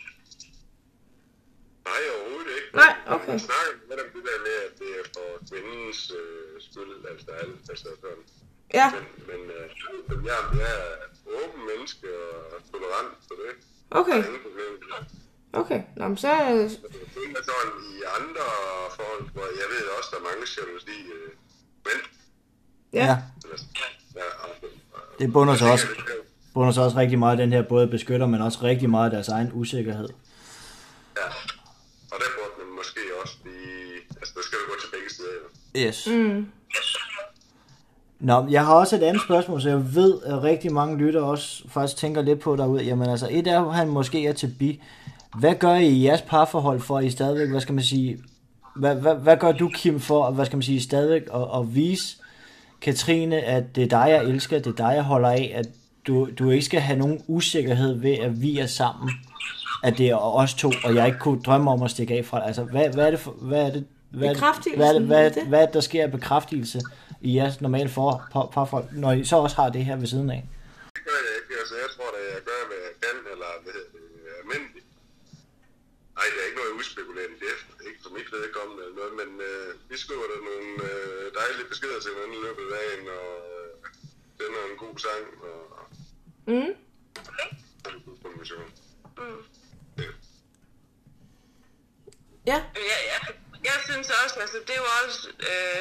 S3: Nej, overhovedet ikke.
S2: Nej, okay.
S3: Man snakker med dem det der med, at det er for kvindens øh, skyld, altså alt, altså sådan.
S2: Ja,
S3: Men, men øh, jeg, jeg er åben menneske og tolerant for det.
S2: okay.
S3: Der er ingen problem med det.
S2: Okay, nå, men så...
S3: Det er sådan i andre forhold, hvor jeg ved også, der er mange jalousi øh, mænd.
S2: Ja,
S3: Eller, ja, og, og,
S1: Det bunder så også, bunder så også rigtig meget af den her både beskytter, men også rigtig meget af deres egen usikkerhed.
S3: Ja, og der, men måske også lige... Altså, der skal du gå til begge steder.
S1: Yes. Mm. Nå, jeg har også et andet spørgsmål, så jeg ved, at rigtig mange lytter også faktisk tænker lidt på derude. Jamen altså, et er, han måske er til bi. Hvad gør I i jeres parforhold for, at I stadigvæk, hvad skal man sige... Hvad, hvad, hvad gør du, Kim, for, hvad skal man sige, stadigvæk at, at vise Katrine, at det er dig, jeg elsker, det er dig, jeg holder af, at du, du ikke skal have nogen usikkerhed ved, at vi er sammen, at det er os to, og jeg ikke kunne drømme om at stikke af fra det. Altså, hvad, hvad er det for, hvad er det, hvad er det, hvad er det, hvad er det, hvad er det, der sker af bekræftelse i jeres normale for, par, parforhold, når I så også har det her ved siden af?
S3: Det gør jeg ikke, altså jeg tror, at jeg gør, hvad jeg kan, eller hvad hedder det, almindeligt. Nej, det er ikke noget udspekulerende, det er ikke for mit vedkommende eller noget, men øh, vi skriver der nogle øh, dejlige beskeder til hinanden i løbet af dagen, og øh, den er en god sang, og
S2: Mm.
S3: en god kombination.
S4: Mm.
S3: Ja.
S2: Ja.
S4: Jeg, jeg, jeg synes også, altså det er jo også, øh,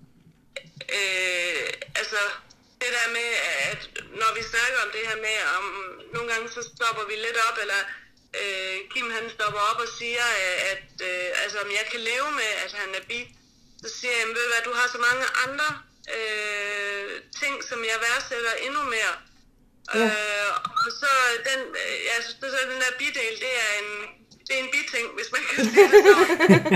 S4: øh, altså det der med, at når vi snakker om det her med, om nogle gange så stopper vi lidt op, eller øh, Kim han stopper op og siger, at øh, altså om jeg kan leve med, at han er bi, så siger jeg, ved du hvad, du har så mange andre øh, ting, som jeg værdsætter endnu mere. Ja. Øh, og så den, jeg synes, så den der bidel, det er en, det er en biting, hvis man kan sige det sådan.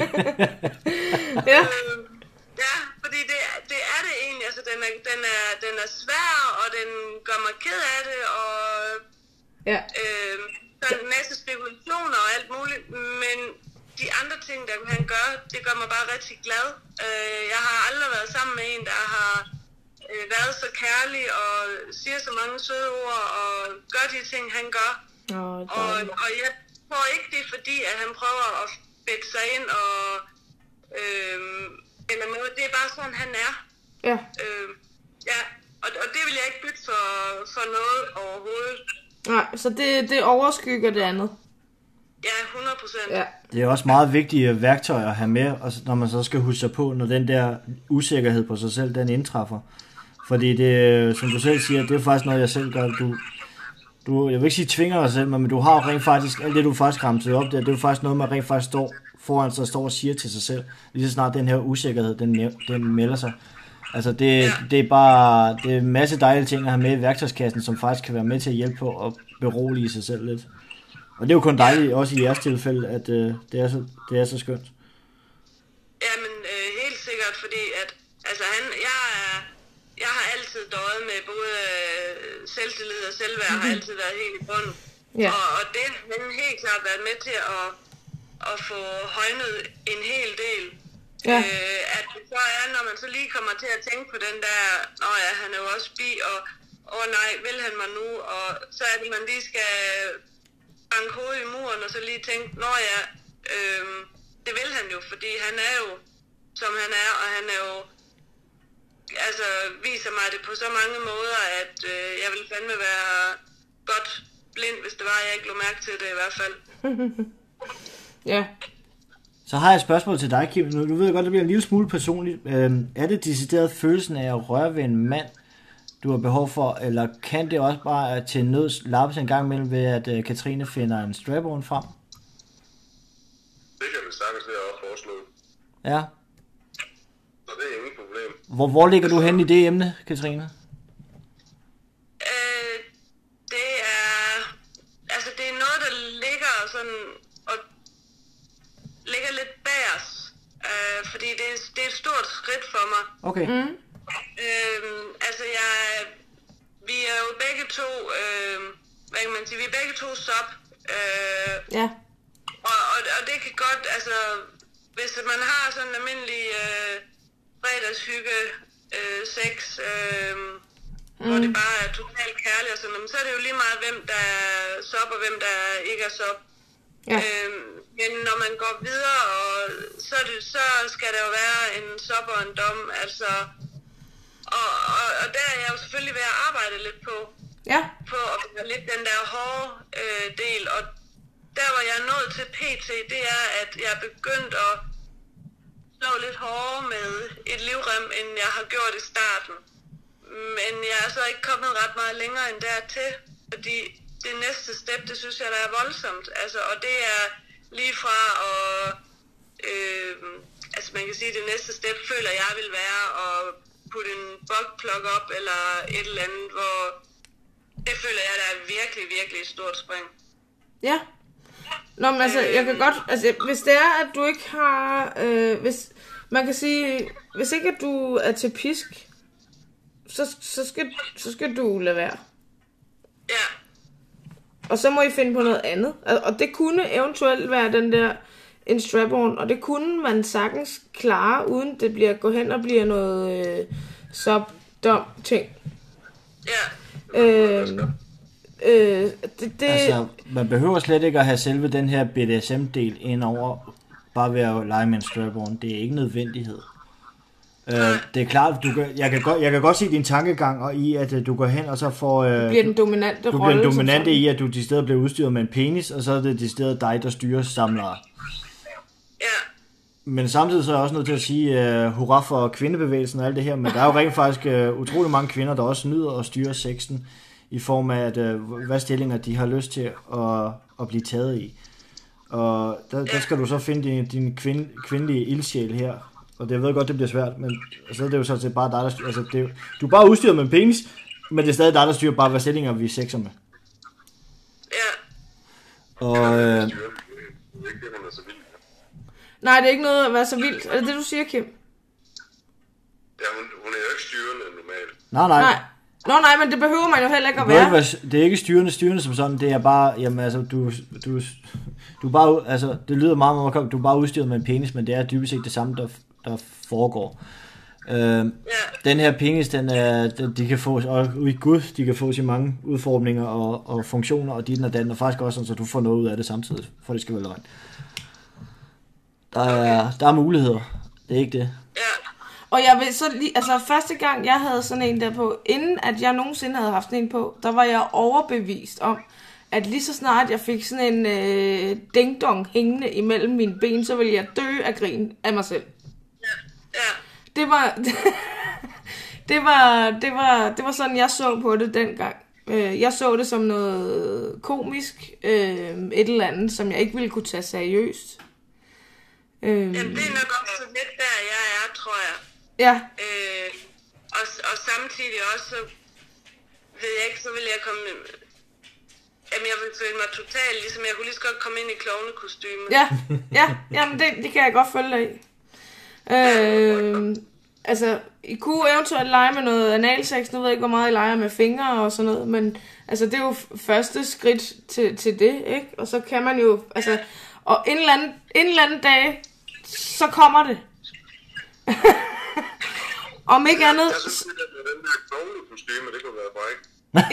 S2: Ja.
S4: Øh, ja, fordi det, det er det egentlig, altså den er, den er, den er svær, og den gør mig ked af det, og
S2: Ja.
S4: øh, der er en masse spekulationer og alt muligt, men de andre ting, der han gør, det gør mig bare rigtig glad. Øh, jeg har aldrig været sammen med en, der har øh, været så kærlig og siger så mange søde ord og gør de ting, han gør.
S2: Åh,
S4: Og,
S2: dejligt.
S4: og jeg tror ikke, det er fordi, at han prøver at fedte sig ind og øh, eller noget. Det er bare sådan, han er.
S2: Ja.
S4: Øh, ja, og, og det vil jeg ikke bytte for, for noget overhovedet.
S2: Nej, så det, det overskygger det andet.
S4: Ja, hundrede procent.
S2: Ja.
S1: Det er også meget vigtige værktøjer at have med, og når man så skal huske sig på, når den der usikkerhed på sig selv, den indtræffer. Fordi det, som du selv siger, det er faktisk noget, jeg selv gør. Du, du, jeg vil ikke sige tvinger dig selv, men du har jo rent faktisk, alt det du faktisk ramte op der, det er jo faktisk noget, man rent faktisk står foran sig og står og siger til sig selv. Lige så snart den her usikkerhed, den, den melder sig. Altså det, ja. det er bare, det er en masse dejlige ting at have med i værktøjskassen, som faktisk kan være med til at hjælpe på at berolige sig selv lidt. Og det er jo kun dejligt, også i jeres tilfælde, at øh, det, er så, det er så skønt.
S4: Ja, men øh, helt sikkert, fordi at, altså han, jeg, er, jeg har altid døjet med både øh, selvtillid og selvværd, mm-hmm. har altid været helt i bunden.
S2: Ja.
S4: Og, og det har helt klart været med til at, at få højnet en hel del.
S2: Ja.
S4: Øh, at det så er, når man så lige kommer til at tænke på den der, åh ja, han er jo også bi, og åh nej, vil han mig nu? Og så er det, man lige skal banke hovedet i muren, og så lige tænke, nå ja, øh, det vil han jo, fordi han er jo, som han er, og han er jo, altså viser mig det på så mange måder, at øh, jeg vil fandme være godt blind, hvis det var, jeg ikke lå mærke til det i hvert fald.
S2: Ja.
S1: Så har jeg et spørgsmål til dig, Kim. Nu, du ved godt, det bliver en lille smule personligt. Øhm, er det decideret følelsen af at røre ved en mand, du har behov for, eller kan det også bare til nøds lappes en gang imellem ved, at uh, Katrine finder en strap-on frem?
S3: Det kan vi sagtens være at foreslå.
S1: Ja.
S3: Så det er ingen problem.
S1: Hvor, hvor ligger du hen i det emne, Katrine?
S4: Øh, det er, altså det er noget, der ligger sådan, og ligger lidt bag os, øh, fordi det er, det er et stort skridt for mig.
S1: Okay.
S2: Mm.
S4: Øhm, altså jeg, vi er jo begge to, øh, hvad kan man sige, vi er begge to sub, øh,
S2: Ja.
S4: og, og, og det kan godt, altså hvis man har sådan en almindelig øh, fredagshygge, øh, sex, øh, mm. hvor det bare er totalt kærligt og sådan noget, så er det jo lige meget, hvem der er sub og hvem der ikke er sub.
S2: Ja.
S4: Øhm, men når man går videre, og så, er det, så skal der jo være en sub og en dom, altså, og, og, og der er jeg jo selvfølgelig ved at arbejde lidt på,
S2: Ja.
S4: på at være lidt den der hårde øh, del, og der hvor jeg er nået til P T, det er, at jeg er begyndt at slå lidt hårdere med et livrem, end jeg har gjort i starten. Men jeg er så ikke kommet ret meget længere end dertil, fordi det næste step, det synes jeg, der er voldsomt. Altså, og det er lige fra at man kan sige, det næste step, føler jeg vil være at putte en buttplug op, eller et eller andet, hvor det føler jeg, der er virkelig, virkelig et stort spring.
S2: Ja. Nå, men altså, jeg kan godt, altså, hvis det er, at du ikke har, øh, hvis, man kan sige, hvis ikke at du er til pisk, så, så, skal, så skal du lade være.
S4: Ja.
S2: Og så må I finde på noget andet. Og det kunne eventuelt være den der en strap-on, og det kunne man sagtens klare, uden det bliver gå hen og bliver noget øh, sub-dom ting.
S4: Ja.
S2: Øh, øh, det, det...
S1: Altså, man behøver slet ikke at have selve den her B D S M-del ind over, bare ved at lege med en strap-on. Det er ikke nødvendighed. Øh, det er klart, du kan, jeg, kan godt, jeg kan godt se din tankegang og i, at uh, du går hen og så får... Uh,
S2: du bliver den dominante
S1: du,
S2: rolle.
S1: Du bliver den dominante i, at du de steder bliver udstyret med en penis, og så er det de steder dig, der styrer samlere.
S4: Ja.
S1: Men samtidig så er jeg også nødt til at sige uh, hurra for kvindebevægelsen og alt det her, men der er jo rent faktisk uh, utrolig mange kvinder, der også nyder at styre sexen, i form af, at, uh, hvad stillinger de har lyst til at, at blive taget i. Og der, der skal du så finde din, din kvind, kvindelige ildsjæl her. Og det jeg ved godt, det bliver svært, men så er det jo sådan set bare dig, der styrer. Altså, det er jo, du er bare udstyret med en penis, men det er stadig dig, der styrer bare, hvad stillinger vi sexer med.
S4: Ja.
S1: Og... Øh,
S2: Nej, det er ikke noget at være så vildt. Er det det, du siger, Kim?
S3: Ja, hun, hun er jo ikke styrende normalt.
S1: Nej, nej.
S2: Nej. Nå nej, men det behøver man jo heller ikke at
S1: Det er,
S2: være.
S1: ikke, det er ikke styrende, styrende som sådan, det er bare, jamen altså, du, du, du er bare, altså, det lyder meget, meget godt, du er bare udstyret med en penis, men det er dybest set det samme, der, der foregår. Øh,
S4: Ja.
S1: Den her penis, den er, den, de kan få, og i Gud, de kan få så mange udformninger og, og funktioner, og dit og den, og faktisk også sådan, så du får noget ud af det samtidig, for det skal være rent. Der er, der er muligheder, det er ikke det.
S4: Ja.
S2: Og jeg vil så lige, altså første gang jeg havde sådan en der på, inden at jeg nogensinde havde haft sådan en på, der var jeg overbevist om, at lige så snart jeg fik sådan en øh, ding-dong hængende imellem mine ben, så ville jeg dø af grin af mig selv.
S4: Ja. Ja.
S2: Det var, det var, det var, det var sådan jeg så på det dengang. Øh, jeg så det som noget komisk, øh, et eller andet, som jeg ikke ville kunne tage seriøst. Øh,
S4: Jamen, det er nok også lidt der, jeg er, tror jeg.
S2: ja.
S4: Øh, og, og samtidig også, så ved jeg ikke, så vil jeg komme... Jamen, jeg vil føle mig totalt, ligesom jeg kunne lige så godt komme ind i klovnekostyme.
S2: Ja, ja, jamen det, det kan jeg godt følge dig i. Øh, altså, I kunne eventuelt lege med noget analsex. Nu ved jeg ikke, hvor meget I leger med fingre og sådan noget, men altså, det er jo første skridt til, til det, ikke? Og så kan man jo, altså, og en eller anden, en eller anden dag, så kommer det. Om ikke andet...
S3: Jeg synes, at den der klovnekostyme, det kunne være bræk.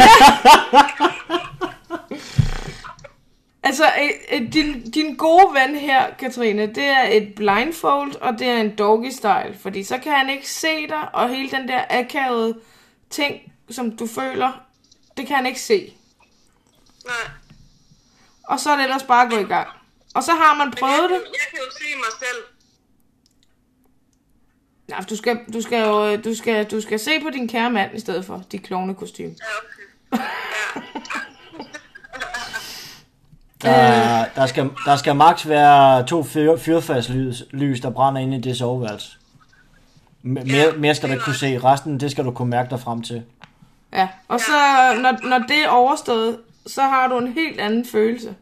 S2: Altså, øh, øh, din, din gode ven her, Katrine, det er et blindfold, og det er en doggy style, fordi så kan han ikke se dig, og hele den der akavede ting, som du føler, det kan han ikke se.
S4: Nej.
S2: Og så er det ellers bare at gå i gang. Og så har man prøvet
S4: jeg,
S2: det.
S4: Jeg kan jo se mig selv.
S2: Nej, du skal, du skal jo du skal, du skal se på din kære mand i stedet for dit klovnekostyme.
S4: Ja, okay. Ja.
S1: Der, der, skal, der skal maks være to fyr, fyrfadslys, lys, der brænder inde i det soveværelse. M- mere, mere skal du ikke kunne se. Resten, det skal du kunne mærke dig frem til.
S2: Ja, og så når, når det er overstået, så har du en helt anden følelse.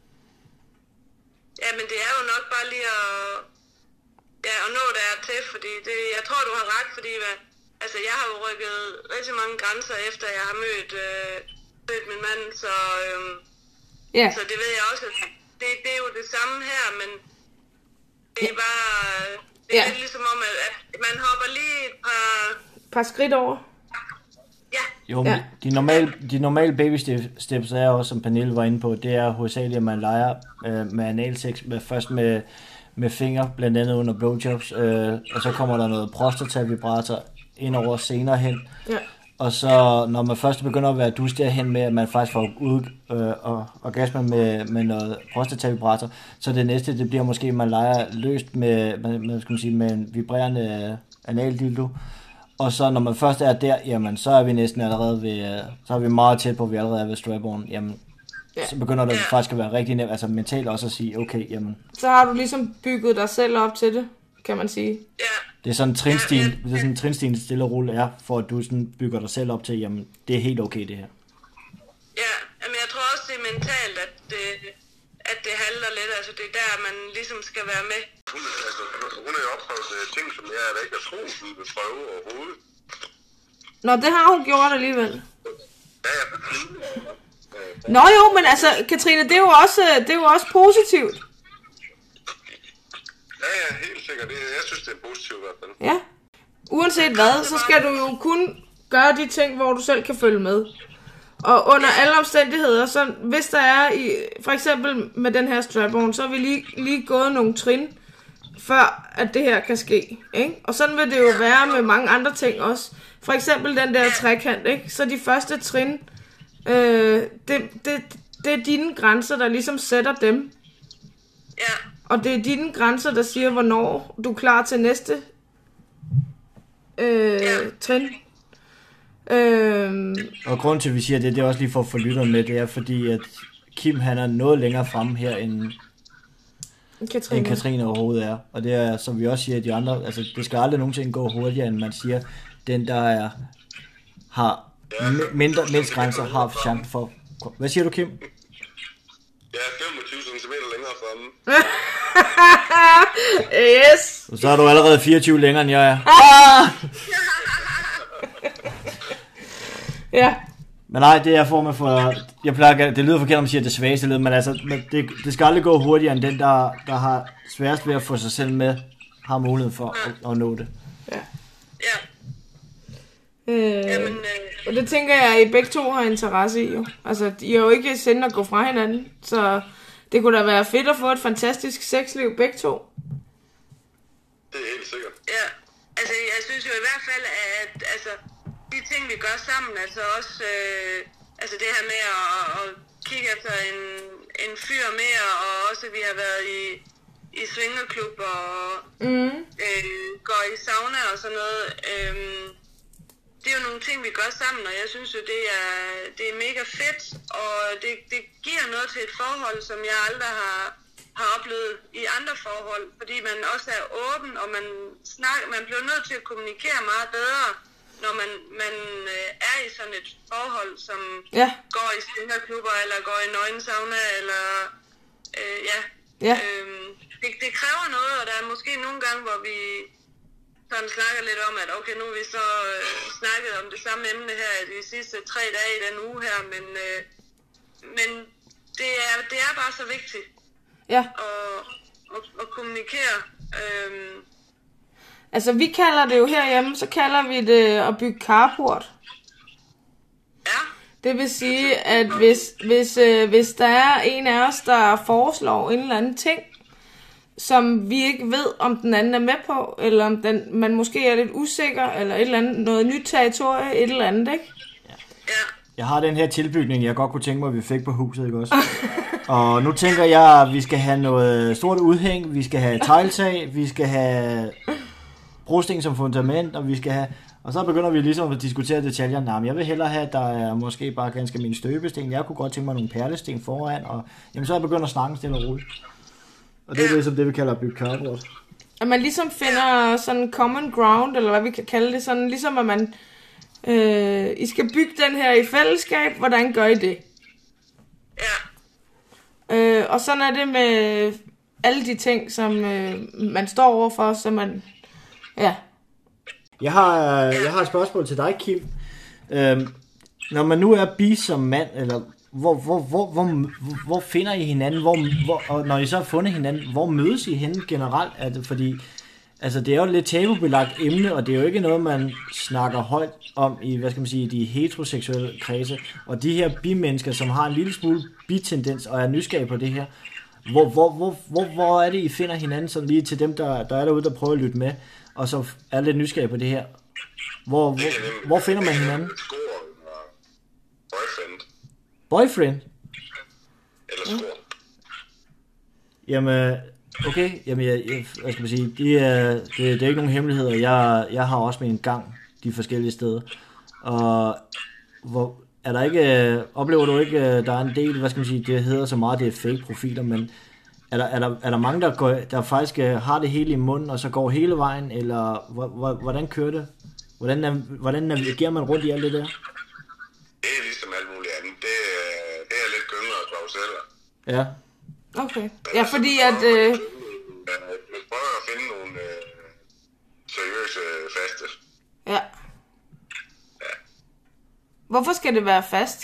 S4: Ja, men det er jo nok bare lige at, ja, at nå der til, fordi det, jeg tror, du har ret, fordi hvad, altså, jeg har jo rykket rigtig mange grænser, efter jeg har mødt, øh, mødt min mand, så, øhm,
S2: Ja.
S4: så det ved jeg også, det, det er jo det samme her, men det er bare, det er
S2: Ja.
S4: lidt ligesom om, at, at man hopper lige et par,
S2: Et par skridt over.
S4: ja,
S1: Jo,
S2: Ja.
S1: ja. de, normale, de normale baby steps er også, som Pernille var inde på, det er hovedsageligt, at man leger øh, med analsex, med, først med, med fingre, blandt andet under blowjobs, øh, og så kommer der noget prostata-vibrator ind over senere hen.
S2: Ja.
S1: Og så når man først begynder at være dus derhen med, at man faktisk får ud øh, og orgasme med, med noget prostata-vibrator, så det næste, det bliver måske, at man leger løst med, med, med, skal man sige, med en vibrerende analdildo. Og så når man først er der, jamen så er vi næsten allerede ved, så er vi meget tæt på, at vi allerede er ved strap-on. Jamen,
S2: Ja.
S1: så begynder det faktisk at være rigtig nemt, altså mentalt også at sige, okay, jamen.
S2: Så har du ligesom bygget dig selv op til det. kan man sige.
S4: Ja.
S1: Det er sådan en trinsten,
S4: Ja, ja,
S1: det er sådan en trinsten stille og roligt er, for at du sådan bygger dig selv op til, jamen, det er helt okay det her.
S4: Ja, men jeg tror også, det er mentalt, at det, at det halter lidt. Altså, det er der, man ligesom skal være med.
S3: Hun, altså, hun har jo opprøvet øh, ting, som jeg da ikke har troet, hun vil prøve overhovedet.
S2: Nå, det har hun gjort alligevel.
S3: Ja, ja.
S2: Nå jo, men altså, Katrine, det er jo også, det er jo også positivt.
S3: Ja, ja, helt sikkert. Det, jeg synes, det er positivt i hvert fald.
S2: Ja. Uanset hvad, så skal du jo kun gøre de ting, hvor du selv kan følge med. Og under alle omstændigheder, så hvis der er, i, for eksempel med den her strap-on, så er vi lige, lige gået nogle trin, før at det her kan ske. Ikke? Og sådan vil det jo være med mange andre ting også. For eksempel den der trekant, ikke? Så de første trin, øh, det, det, det er dine grænser, der ligesom sætter dem.
S4: Ja.
S2: Og det er dine grænser, der siger, hvornår du er klar til næste øh,
S4: Ja.
S2: trin. Øh,
S1: Og grunden til, at vi siger det, det er også lige for at få lytteren med, det er fordi, at Kim han er noget længere fremme her, end,
S2: Katrine.
S1: end Katrine overhovedet er. Og det er, som vi også siger, de andre, altså det skal aldrig nogensinde gå hurtigere, end man siger, den der er, har mi- mindre, mindst grænser, har chance for. Hvad siger du, Kim?
S3: Jeg er femogtyve centimeter længere fremme.
S2: Yes.
S1: Så er du allerede fireogtyve længere, end jeg er.
S2: Ja.
S1: Men nej, det er form for, jeg plejer, det lyder forkert, når man siger det svageste led, men altså, men det, det skal aldrig gå hurtigere, end den, der, der har sværest ved at få sig selv med, har mulighed for at, at nå det.
S2: Ja.
S4: Ja.
S2: Øh,
S4: Jamen, øh,
S2: og det tænker jeg, at I begge to har interesse i jo. Altså, I er jo ikke sendt at gå fra hinanden, så det kunne da være fedt at få et fantastisk sexliv begge to.
S3: Det er helt sikkert.
S4: ja. Altså, jeg synes jo i hvert fald, at altså, de ting, vi gør sammen, altså også øh, altså det her med at, at kigge efter en, en fyr mere, og også, at vi har været i, i swingerklub og
S2: Mm.
S4: øh, går i sauna og sådan noget. Øh, det er jo nogle ting, vi gør sammen, og jeg synes jo, det er, det er mega fedt, og det, det giver noget til et forhold, som jeg aldrig har, har oplevet i andre forhold, fordi man også er åben, og man, snakker, man bliver nødt til at kommunikere meget bedre, når man, man øh, er i sådan et forhold, som
S2: Ja.
S4: går i swingerklubber, eller går i nøgensauna, eller øh, ja.
S2: Ja.
S4: Øhm, det, det kræver noget, og der er måske nogle gange, hvor vi sådan snakker lidt om, at okay, nu har vi så øh, snakket om det samme emne her de sidste tre dage i den uge her, men, øh, men det, er, det er bare så vigtigt
S2: Ja.
S4: at, at, at kommunikere. Øhm,
S2: Altså, vi kalder det jo herhjemme, så kalder vi det at bygge carport.
S4: ja,
S2: Det vil sige, at hvis, hvis, øh, hvis der er en af os, der foreslår en eller anden ting, som vi ikke ved, om den anden er med på, eller om den, man måske er lidt usikker, eller et eller andet, noget nyt territorie, et eller andet, ikke?
S4: ja,
S1: Jeg har den her tilbygning, jeg godt kunne tænke mig, at vi fik på huset, ikke også? Og nu tænker jeg, at vi skal have noget stort udhæng, vi skal have tegltag, vi skal have brosten som fundament, og vi skal have... Og så begynder vi ligesom at diskutere detaljer. Nej, men jeg vil hellere have, at der er måske bare ganske min støbesten. Jeg kunne godt tænke mig nogle perlesten foran, og jamen, så er jeg begyndt at snakke stille og roligt. Og det er ligesom det, vi kalder at bygge carport.
S2: At man ligesom finder sådan common ground, eller hvad vi kan kalde det, sådan ligesom at man... Øh, I skal bygge den her i fællesskab, hvordan gør I det?
S4: ja,
S2: Øh, og sådan er det med alle de ting, som øh, man står overfor, så man... Ja.
S1: Jeg har, jeg har et spørgsmål til dig, Kim. Øhm, når man nu er bi som mand, eller hvor, hvor, hvor, hvor, hvor finder I hinanden? Hvor, hvor, og når I så har fundet hinanden, hvor mødes I henne generelt? Er det, fordi altså, det er jo et lidt tabubelagt emne, og det er jo ikke noget, man snakker højt om i, hvad skal man sige, de heteroseksuelle kredse. Og de her bi-mennesker, som har en lille smule bi-tendens og er nysgerrige på det her, hvor, hvor, hvor, hvor, hvor er det, I finder hinanden, sådan lige til dem, der, der er derude, der prøver at lytte med, og så er lidt nysgerrige på det her? Hvor, hvor, hvor finder man hinanden?
S3: Skor eller boyfriend.
S1: Boyfriend?
S3: Eller skor.
S1: Jamen, okay. Jamen, jeg, jeg, hvad skal man sige, det er, det, det er ikke nogen hemmeligheder. Jeg, jeg har også min gang de forskellige steder. Og hvor, er der ikke, oplever du ikke, der er en del, hvad skal man sige, det hedder så meget, det er fake profiler, men Er der, er, der, er der mange, der, går, der faktisk har det hele i munden, og så går hele vejen, eller hvordan kører det? Hvordan, hvordan navigerer man rundt i alt det der?
S3: Det er ligesom alt muligt andet. Det, det er lidt gyngere og klauseller.
S1: Ja.
S2: Okay. Ja, fordi at... Øh...
S3: Man prøver at finde nogle øh, seriøse faste.
S2: Ja. Ja. Hvorfor skal det være fast?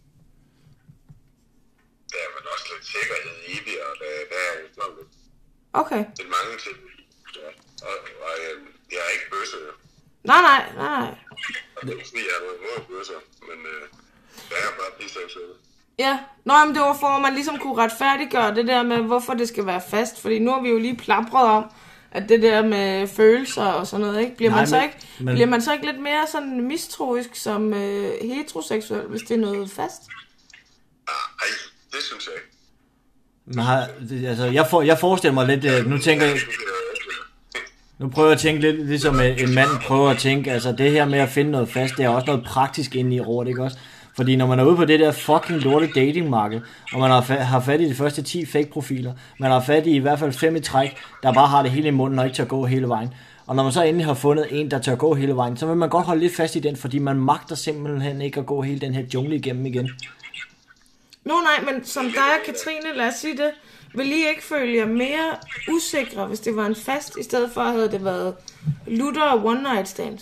S3: Der er vel også lidt sikkerhed i det, og der, der er sådan lidt,
S2: okay.
S3: lidt mange ting. Ja. Og, og jeg, jeg er ikke bøsse.
S2: Nej, nej, nej.
S3: Og det er ikke fordi, jeg har noget imod bøsser, men øh, der er bare biseksuelle.
S2: Ja, nå, men det var for, at man ligesom kunne retfærdiggøre det der med, hvorfor det skal være fast. Fordi nu har vi jo lige plapret om, at det der med følelser og sådan noget, ikke? Bliver, Nej, man, så men, ikke, men... bliver man så ikke lidt mere sådan mistroisk som øh, heteroseksuel, hvis det er noget fast?
S3: Nej, det synes jeg ikke.
S1: Nej, det, altså, jeg, for, jeg forestiller mig lidt, øh, nu tænker jeg... Nu prøver jeg at tænke lidt, ligesom en mand prøver at tænke, altså det her med at finde noget fast, det er også noget praktisk inde i rådet, ikke også? Fordi når man er ude på det der fucking lorte datingmarked, og man har, fa- har fat i de første ti fake-profiler, man har fat i i hvert fald fem i træk, der bare har det hele i munden og ikke tør gå hele vejen. Og når man så endelig har fundet en, der tør gå hele vejen, så vil man godt holde lidt fast i den, fordi man magter simpelthen ikke at gå hele den her jungle igennem igen.
S2: Nå nej, men som dig og Katrine, lad os sige det, vil I ikke føle jer mere usikre, hvis det var en fast, i stedet for havde det været lutter og one night stands?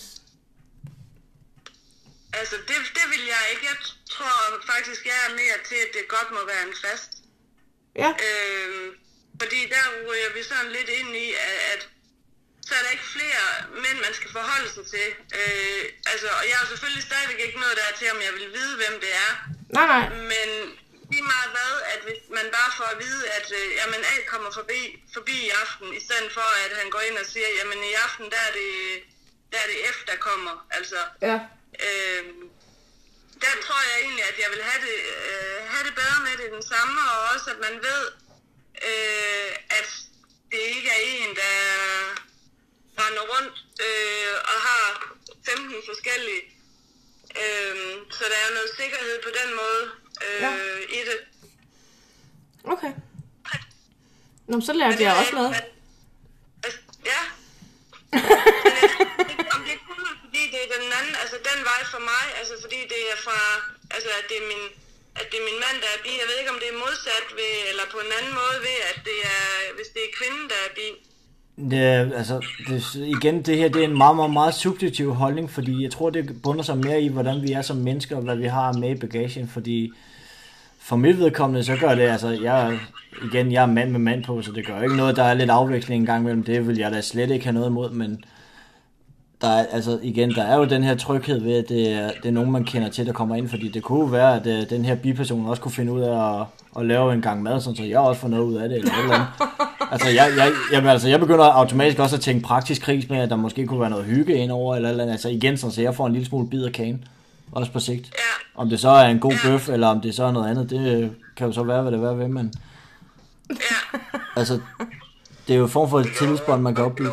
S4: Altså, det, det vil jeg ikke. Jeg tror faktisk, jeg er mere til, at det godt må være en fast.
S2: Ja.
S4: Øhm, fordi der ryger vi sådan lidt ind i, at, at så er der ikke flere mænd, man skal forholde sig til. Øh, altså, og jeg er selvfølgelig stadigvæk ikke nået der til, om jeg vil vide, hvem det er.
S2: Nej, nej.
S4: Men lige meget hvad, at hvis man bare får at vide, at øh, jamen, A kommer forbi, forbi i aften, i stedet for, at han går ind og siger, jamen i aften, der er det, der er det F, der kommer. Altså,
S2: ja.
S4: Øh, der tror jeg egentlig, at jeg vil have det, øh, have det bedre med det den samme, og også at man ved, øh, at det ikke er en, der render rundt øh, og har femten forskellige. Øh, så der er noget sikkerhed på den måde øh, ja. i det.
S2: Okay. Nå, så lærte jeg også noget.
S4: Altså, ja. Om det er kun fordi det er den anden, altså den vej for mig, altså fordi det er fra, altså at det er min, at det er min mand, der er bi. Jeg ved ikke, om det er modsat ved, eller på en anden måde ved, at det er, hvis det er kvinden, der er bi.
S1: Det, altså, det, igen, det her, det er en meget, meget, meget subjektiv holdning, fordi jeg tror, det bunder sig mere i, hvordan vi er som mennesker, og hvad vi har med i bagagen, fordi for mit vedkommende, så gør det, altså, jeg, igen, jeg er mand med mand på, så det gør ikke noget, der er lidt afveksling en gang imellem, det vil jeg da slet ikke have noget imod, men der er, altså, igen, der er jo den her tryghed ved, at det er, det er nogen, man kender til, der kommer ind, fordi det kunne være, at uh, den her biperson også kunne finde ud af at, at lave en gang mad, så jeg også får noget ud af det, eller et eller andet. Altså, jeg, jeg, jamen, altså, jeg begynder automatisk også at tænke praktisk kris med, at der måske kunne være noget hygge indover, eller eller andet, altså igen, så jeg får en lille smule bid af kagen, også på sigt.
S4: Ja.
S1: Om det så er en god bøf, eller om det så er noget andet, det kan jo så være, hvad det er ved, men
S4: ja.
S1: Altså, det er jo en form for et tillidsbånd, man kan opbygge.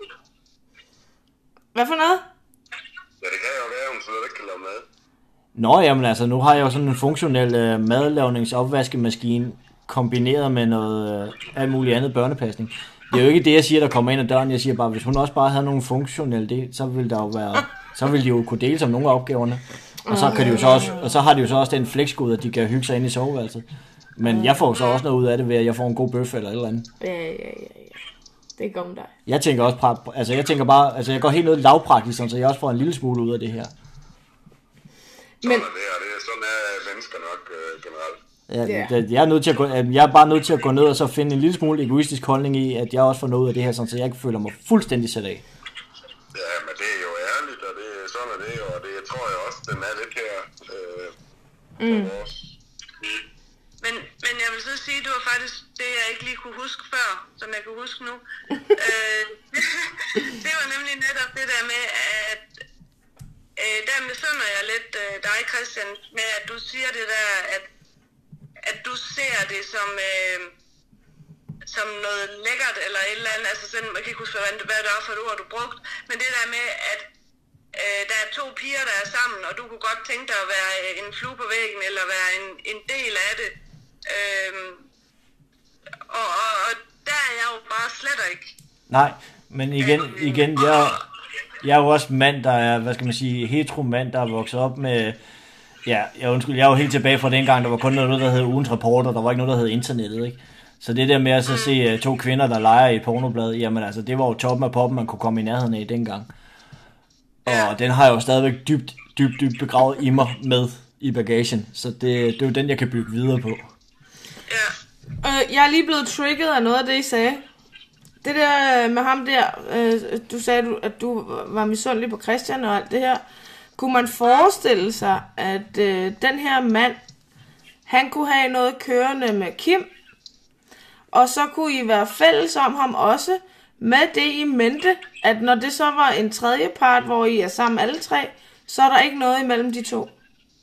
S2: Hvad for noget?
S3: Ja, det kan jo være, hun slet ikke kan lave mad.
S1: Nå, jamen altså, nu har jeg jo sådan en funktionel øh, madlavningsopvaskemaskine kombineret med noget øh, alt muligt andet børnepasning. Det er jo ikke det, jeg siger, der kommer ind ad døren. Jeg siger bare, hvis hun også bare havde nogle funktionelle del, så ville der jo være, så ville de jo kunne dele som nogle af opgaverne. Og så kan de jo så også, og så har de jo så også den flexgod, at de kan hygge sig ind i soveværelset. Men jeg får så også noget ud af det ved, at jeg får en god bøf eller et eller andet.
S2: Ja, ja, ja, ja. Det går med dig.
S1: Jeg tænker også, pra- altså jeg tænker bare, altså jeg går helt ned lavpraktisk, så jeg også får en lille smule ud af det her.
S3: Men sådan er det, og det er sådan er mennesker nok øh, generelt.
S1: Ja, yeah. jeg er nødt til at gå, jeg er bare nødt til at gå ned og så finde en lille smule egoistisk holdning i, at jeg også får noget ud af det her, så jeg ikke føler mig fuldstændig sat af.
S3: Ja, men det er jo ærligt, og det er sådan er det, og det tror jeg også, den er lidt her øh, mm. vores.
S4: Men, men jeg vil så sige, at det var faktisk det, jeg ikke lige kunne huske før, som jeg kan huske nu. øh, det var nemlig netop det der med, at øh, der misunder jeg lidt øh, dig, Christian, med at du siger det der, at, at du ser det som, øh, som noget lækkert eller et eller andet. Altså sådan, jeg kan ikke huske, hvad det var for et ord, du brugte. Men det der med, at øh, der er to piger, der er sammen, og du kunne godt tænke dig at være en flue på væggen, eller være en, en del af det. Øhm, Og, og, og der er jeg jo bare slet ikke.
S1: Nej, men igen, igen jeg, jeg er jo også mand, der er, hvad skal man sige, hetero mand, der er vokset op med, ja, jeg undskyld, jeg er jo helt tilbage fra dengang, der var kun noget, der hed Ugens Reporter, der var ikke noget, der hed internettet, ikke? Så det der med at så se uh, to kvinder, der leger i et pornoblad, jamen altså, det var jo toppen af poppen, man kunne komme i nærheden af dengang. Og ja. Den har jeg jo stadigvæk dybt, dybt, dybt begravet i mig med i bagagen, så det, det er jo den, jeg kan bygge videre på.
S4: Ja.
S2: Øh, jeg er lige blevet trigget af noget af det, I sagde. Det der med ham der, øh, du sagde, at du var misundelig på Christian og alt det her. Kunne man forestille sig, at øh, den her mand, han kunne have noget kørende med Kim, og så kunne I være fælles om ham også, med det i mente, at når det så var en tredje part, hvor I er sammen alle tre, så er der ikke noget imellem de to?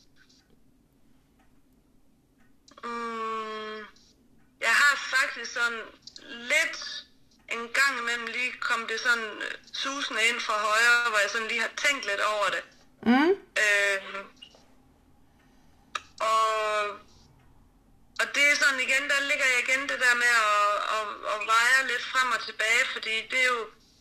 S4: Mm, jeg har faktisk sådan lidt en gang imellem lige kom det sådan susende ind fra højre, hvor jeg sådan lige har tænkt lidt over det.
S2: Mm.
S4: Øh, og, og det er sådan igen, der ligger jeg igen det der med at, at, at veje lidt frem og tilbage, fordi det er jo,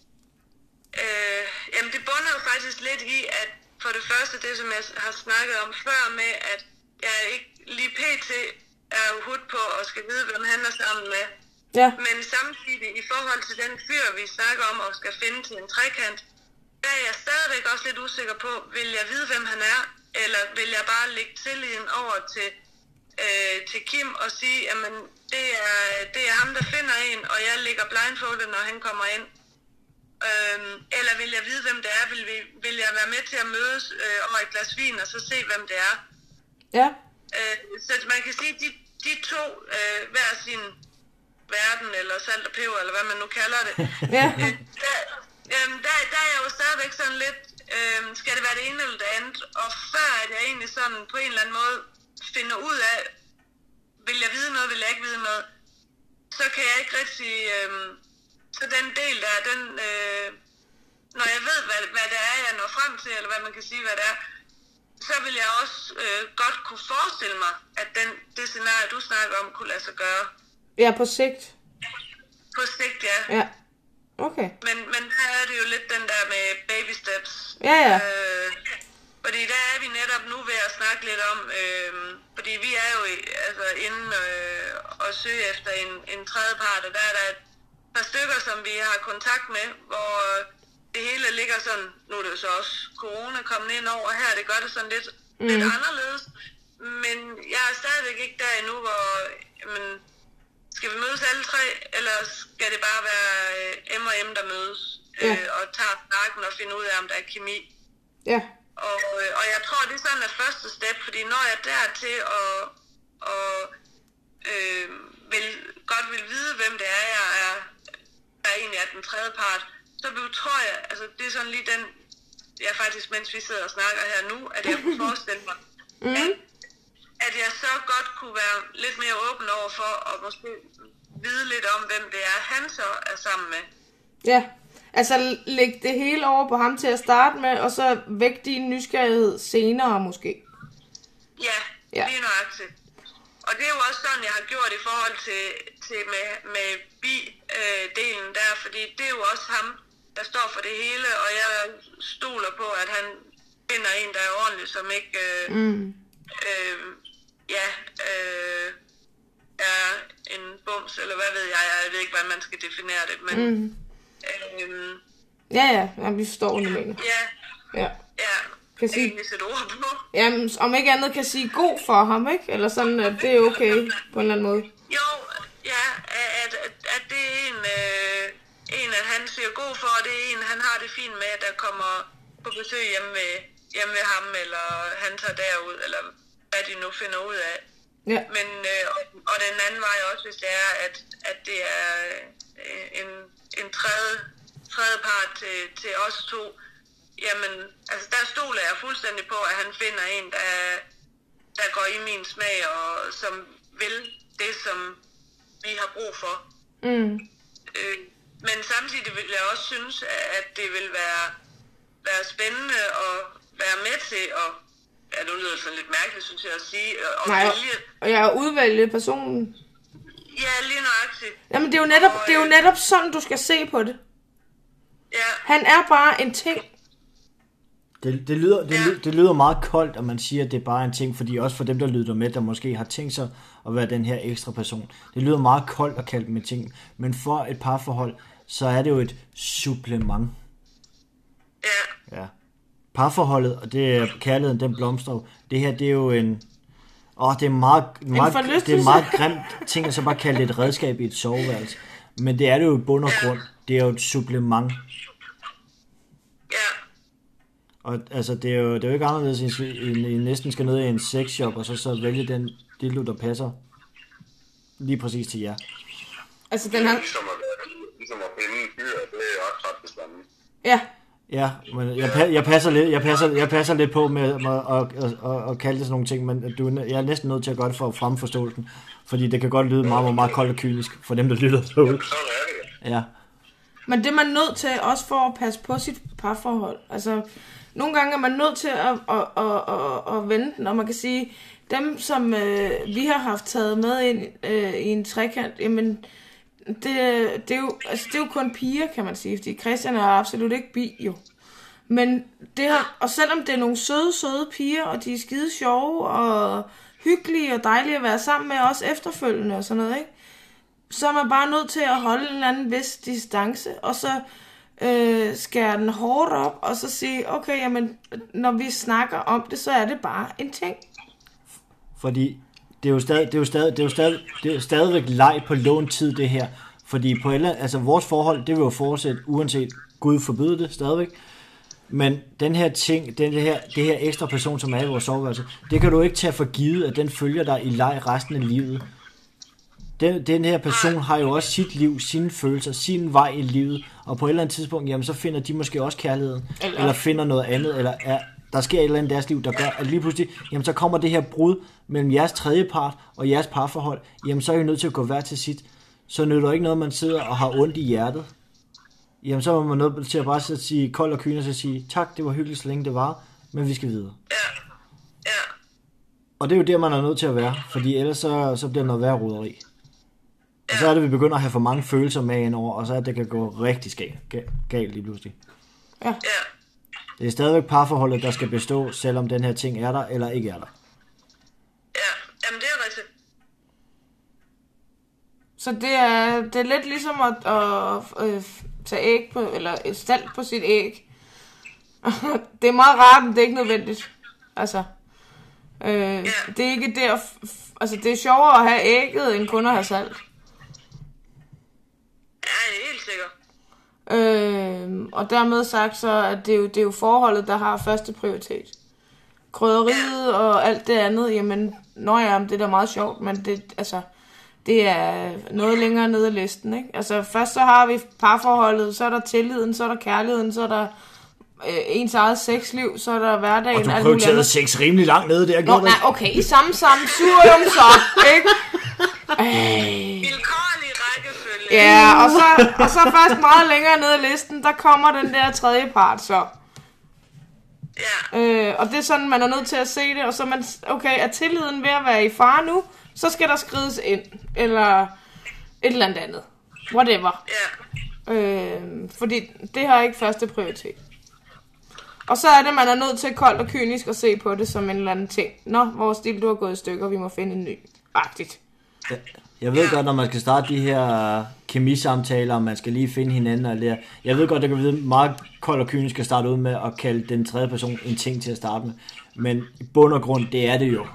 S4: øh, jamen det bunder jo faktisk lidt i, at for det første, det som jeg har snakket om før med, at jeg ikke lige pt. Er hud på og skal vide, hvem han er sammen med.
S2: Ja.
S4: Men samtidig i forhold til den fyr, vi snakker om og skal finde til en trekant, der er jeg stadigvæk også lidt usikker på, vil jeg vide, hvem han er, eller vil jeg bare lægge tilliden over til, øh, til Kim og sige, at det er, det er ham, der finder en, og jeg ligger blindfoldet, når han kommer ind. Øhm, eller vil jeg vide, hvem det er? Vil, vi, vil jeg være med til at mødes øh, over et glas vin og så se, hvem det er?
S2: Ja.
S4: Øh, så man kan sige, de, de to, øh, hver sin verden, eller salt og peber, eller hvad man nu kalder det,
S2: Ja.
S4: øh, der, øh, der, der er jeg jo stadigvæk sådan lidt, øh, skal det være det ene eller det andet? Og før at jeg egentlig sådan på en eller anden måde finder ud af, vil jeg vide noget, vil jeg ikke vide noget, så kan jeg ikke rigtig, øh, så den del der, den, øh, når jeg ved, hvad, hvad det er, jeg når frem til, eller hvad man kan sige, hvad det er, så vil jeg også øh, godt kunne forestille mig, at den, det scenarie, du snakker om, kunne lade sig gøre.
S2: Ja, på sigt.
S4: På sigt, ja.
S2: Ja. Okay.
S4: Men, men der er det jo lidt den der med baby steps.
S2: Ja, ja.
S4: Øh, fordi der er vi netop nu ved at snakke lidt om, øh, fordi vi er jo altså inde øh, og søge efter en, en tredje part, og der er der et par stykker, som vi har kontakt med, hvor det hele ligger sådan, nu er det jo så også corona kommet ind over her, det gør det sådan lidt, mm. lidt anderledes, men jeg er stadigvæk ikke der endnu, hvor, men, skal vi mødes alle tre, eller skal det bare være øh, M og M, der mødes, øh, ja. Og tager snakken og finder ud af, om der er kemi.
S2: Ja.
S4: Og, øh, og jeg tror, det er sådan et første step, fordi når jeg er dertil og, og øh, vil, godt vil vide, hvem det er, jeg er, der egentlig er den tredje part, så tror jeg, altså det er sådan lige den, jeg faktisk, mens vi sidder og snakker her nu, at jeg kunne forestille mig, mm. at, at jeg så godt kunne være lidt mere åben over for, og måske vide lidt om, hvem det er, han så er sammen med.
S2: Ja, altså læg det hele over på ham til at starte med, og så væk din nysgerrighed senere måske.
S4: Ja,
S2: ja.
S4: Lige nøjagtigt. Og det er jo også sådan, jeg har gjort i forhold til, til med, med bi-delen der, fordi det er jo også ham, der står for det hele, og jeg stoler på, at han finder en, der er ordentlig, som ikke øh, mm. øh, ja, øh, er en bums, eller hvad ved jeg, jeg ved ikke, hvordan man skal definere det, men mm. øh,
S2: ja, ja, ja, vi forstår, hvad du mener.
S4: Ja,
S2: ja.
S4: ja.
S2: Kan sige,
S4: egentlig sætte ord på.
S2: Jamen, om ikke andet kan sige god for ham, ikke? Eller sådan, at det er okay på en eller anden måde.
S4: Jo, ja, at, at, at det er en, øh, en, at han siger god for, og det er en, han har det fint med, at der kommer på besøg hjemme ved, hjemme ved ham, eller han tager derud, eller hvad de nu finder ud af.
S2: Ja.
S4: Men, øh, og, og den anden vej også, hvis det er, at, at det er øh, en, en tredje, tredje part til, til os to. Jamen, altså der stoler jeg fuldstændig på, at han finder en, der, der går i min smag, og som vil det, som vi har brug for.
S2: Mm.
S4: Øh, men samtidig vil jeg også synes, at det vil være, være spændende at være med til, og ja, nu lyder det sådan lidt mærkeligt, synes jeg at sige, at
S2: Nej,
S4: vælge.
S2: Og jeg udvælge personen.
S4: Ja, lige nøjagtigt.
S2: Jamen, det er jo netop, det er jo netop sådan, du skal se på det.
S4: Ja.
S2: Han er bare en ting.
S1: Det, det, lyder, det, ja. det lyder meget koldt, at man siger, at det er bare en ting, fordi også for dem, der lytter med, der måske har tænkt sig at være den her ekstra person. Det lyder meget koldt at kalde dem en ting, men for et parforhold, så er det jo et supplement.
S4: Ja.
S1: Ja. Parforholdet, og det er kærligheden, den blomstrer. Det her, det er jo en... Åh, det er meget, meget, det er meget grimt ting, at så bare kalde det et redskab i et soveværelse. Men det er det jo i bund og grund. Det er jo et supplement.
S4: Ja.
S1: Og altså, det er jo, det er jo ikke anderledes, end I næsten skal ned i en sexshop, og så, så vælge den dildo, der passer lige præcis til jer.
S2: Altså, den har...
S3: Ligesom at, ligesom at finde en fyr, det er også ret det samme.
S2: Ja.
S1: Ja, men jeg, jeg, passer lidt, jeg, passer, jeg passer lidt på med at, at, at, at, at kalde det sådan nogle ting, men du, jeg er næsten nødt til at gøre det for at fremme forståelsen, fordi det kan godt lyde meget, meget, meget koldt og kynisk for dem, der lytter derude. Ja.
S2: Men det er man nødt til også for at passe på sit parforhold. Altså, nogle gange er man nødt til at, at, at, at, at vende den, og man kan sige, dem som øh, vi har haft taget med ind øh, i en trekant, jamen, det, det, er jo, altså, det er jo kun piger, kan man sige, fordi Christian er absolut ikke bi, jo. Men det har, og selvom det er nogle søde, søde piger, og de er skide sjove, og hyggelige og dejlige at være sammen med os efterfølgende og sådan noget, ikke? Så er man bare nødt til at holde en eller anden vis distance, og så øh, skære den hårdt op, og så sige, okay, jamen, når vi snakker om det, så er det bare en ting.
S1: Fordi det er jo stadig, det er jo stadig, det er jo stadig, det er jo stadigvæk leg på lånt tid, det her. Fordi på eller, altså vores forhold, det vil jo fortsætte, uanset Gud forbyde det stadigvæk. Men den her ting, den her, det her ekstra person, som er i vores soveværelse, det kan du ikke tage for givet, at den følger dig i leg resten af livet. Den, den her person har jo også sit liv, sine følelser, sin vej i livet, og på et eller andet tidspunkt, jamen så finder de måske også kærligheden, eller, eller finder noget andet, eller er, der sker et eller andet i deres liv, der gør, at lige pludselig, jamen så kommer det her brud mellem jeres tredjepart og jeres parforhold, jamen så er I nødt til at gå hver til sit. Så nytter ikke noget, man sidder og har ondt i hjertet. Jamen så er man nødt til at bare sige kold og kynisk og sige, tak, det var hyggeligt, så længe det var, men vi skal videre.
S4: Ja. Ja.
S1: Og det er jo der, man er nødt til at være, fordi ellers så, så bliver det noget værre roderi. Og så er det, vi begynder at have for mange følelser med indover, og så er det, det kan gå rigtig skægt, galt lige pludselig.
S2: Ja.
S4: Ja.
S1: Det er stadigvæk parforholdet, der skal bestå, selvom den her ting er der, eller ikke er der.
S4: Ja, jamen det er rigtigt.
S2: Så det er, det er lidt ligesom at, at, at tage æg på, eller et stald på sit æg. Det er meget rart, men det er ikke nødvendigt. Altså, øh, yeah. det er ikke der, altså det er sjovere at have ægget, end kun at have salt.
S4: Ja, det er helt sikkert.
S2: Øh, og dermed sagt, så er det, jo, det er jo forholdet, der har første prioritet. Krydderiet yeah. og alt det andet, jamen, nå ja, det er da meget sjovt, men det, altså... Det er noget længere nede af listen, ikke? Altså, først så har vi parforholdet, så er der tilliden, så er der kærligheden, så er der øh, ens eget sexliv, så er der hverdagen.
S1: Og du prioriterede sex rimelig langt nede der.
S2: Nå, nej, okay, i samme sammensurium så, ikke?
S4: Vilkårlig rækkefølge.
S2: Ja, og så, og så først meget længere nede af listen, der kommer den der tredje part så.
S4: Ja.
S2: Øh, og det er sådan, man er nødt til at se det, og så man, okay, er tilliden ved at være i fare nu, så skal der skrides ind, eller et eller andet andet. Whatever.
S4: Ja.
S2: Øh, fordi det har ikke første prioritet. Og så er det, man er nødt til koldt og kynisk at se på det som en eller anden ting. Nå, vores stil, du har gået i stykker, vi må finde en ny. Agtigt.
S1: Ja, jeg ved godt, når man skal starte de her kemisamtaler, og man skal lige finde hinanden og lære. Jeg ved godt, det kan blive meget koldt og kynisk at starte ud med at kalde den tredje person en ting til at starte med. Men i bund og grund, det er det jo.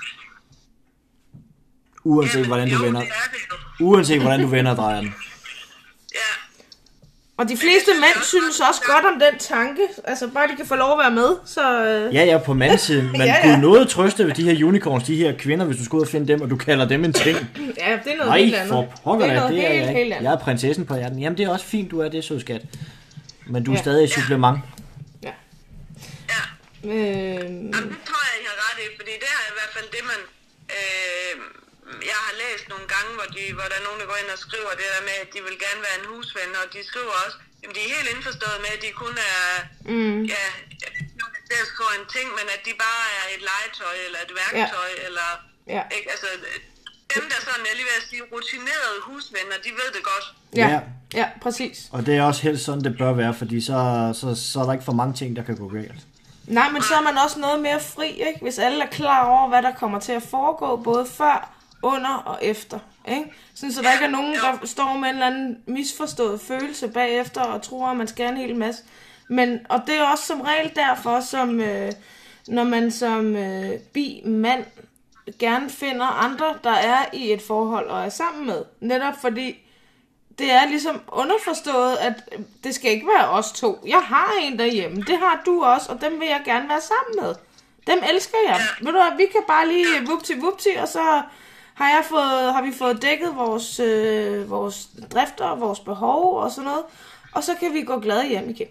S1: Uanset Jamen, hvordan du
S4: jo,
S1: vender, uanset hvordan du vender og drejer den.
S4: Ja.
S2: Og de fleste mænd synes også godt om den tanke. Altså bare de kan få lov at være med. Så, øh...
S1: Ja, ja, på mandssiden. Men ja, ja. Kunne noget trøste ved de her unicorns, de her kvinder, hvis du skulle ud og finde dem, og du kalder dem en ting?
S2: Ja, det er noget
S1: Nej,
S2: helt andet.
S1: for pokker
S2: det er noget
S1: det er
S2: helt,
S1: jeg,
S2: helt andet.
S1: jeg er prinsessen på hjerten. Jamen det er også fint, du er det, sødskat. Men du er
S2: ja.
S1: stadig et supplement.
S2: Ja.
S4: Ja.
S2: Øh...
S4: Jamen, det tror jeg, I har ret i, fordi det er i hvert fald det, man... Øh, jeg har læst nogle gange, hvor, de, hvor der er nogen, der går ind og skriver det der med, at de vil gerne være en husven, og de skriver også, jamen de er helt indforstået med, at de kun er,
S2: mm.
S4: ja, det er skriver en ting, men at de bare er et legetøj, eller et værktøj, ja. eller,
S2: ja.
S4: ikke, altså, dem, der sådan, jeg lige vil sige, rutinerede husvenner, de ved det godt.
S2: Ja,
S1: Ja.
S2: ja, præcis.
S1: Og det er også helst sådan, det bør være, fordi så, så, så er der ikke for mange ting, der kan gå galt.
S2: Nej, men så er man også noget mere fri, ikke? Hvis alle er klar over, hvad der kommer til at foregå, både før, under og efter. Ikke? Sådan, så der ikke er nogen, der står med en eller anden misforstået følelse bagefter og tror, at man skal en hel masse. Men, og det er også som regel derfor, som øh, når man som øh, bi-mand gerne finder andre, der er i et forhold og er sammen med. Netop fordi det er ligesom underforstået, at det skal ikke være os to. Jeg har en derhjemme, det har du også, og dem vil jeg gerne være sammen med. Dem elsker jeg. Ja. Ved du hvad, vi kan bare lige vupti vupti, og så har, jeg fået, har vi fået dækket vores, øh, vores drifter og vores behov og sådan noget. Og så kan vi gå glade hjem igen.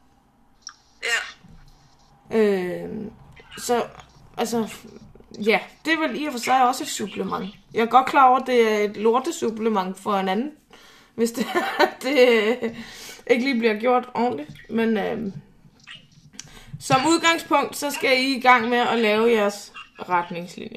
S4: Ja.
S2: Øh, så, altså, ja, det er vel i og for sig også et supplement. Jeg er godt klar over, at det er et lortesupplement for en anden, hvis det, det ikke lige bliver gjort ordentligt. Men øh, som udgangspunkt, så skal I i gang med at lave jeres retningslinjer.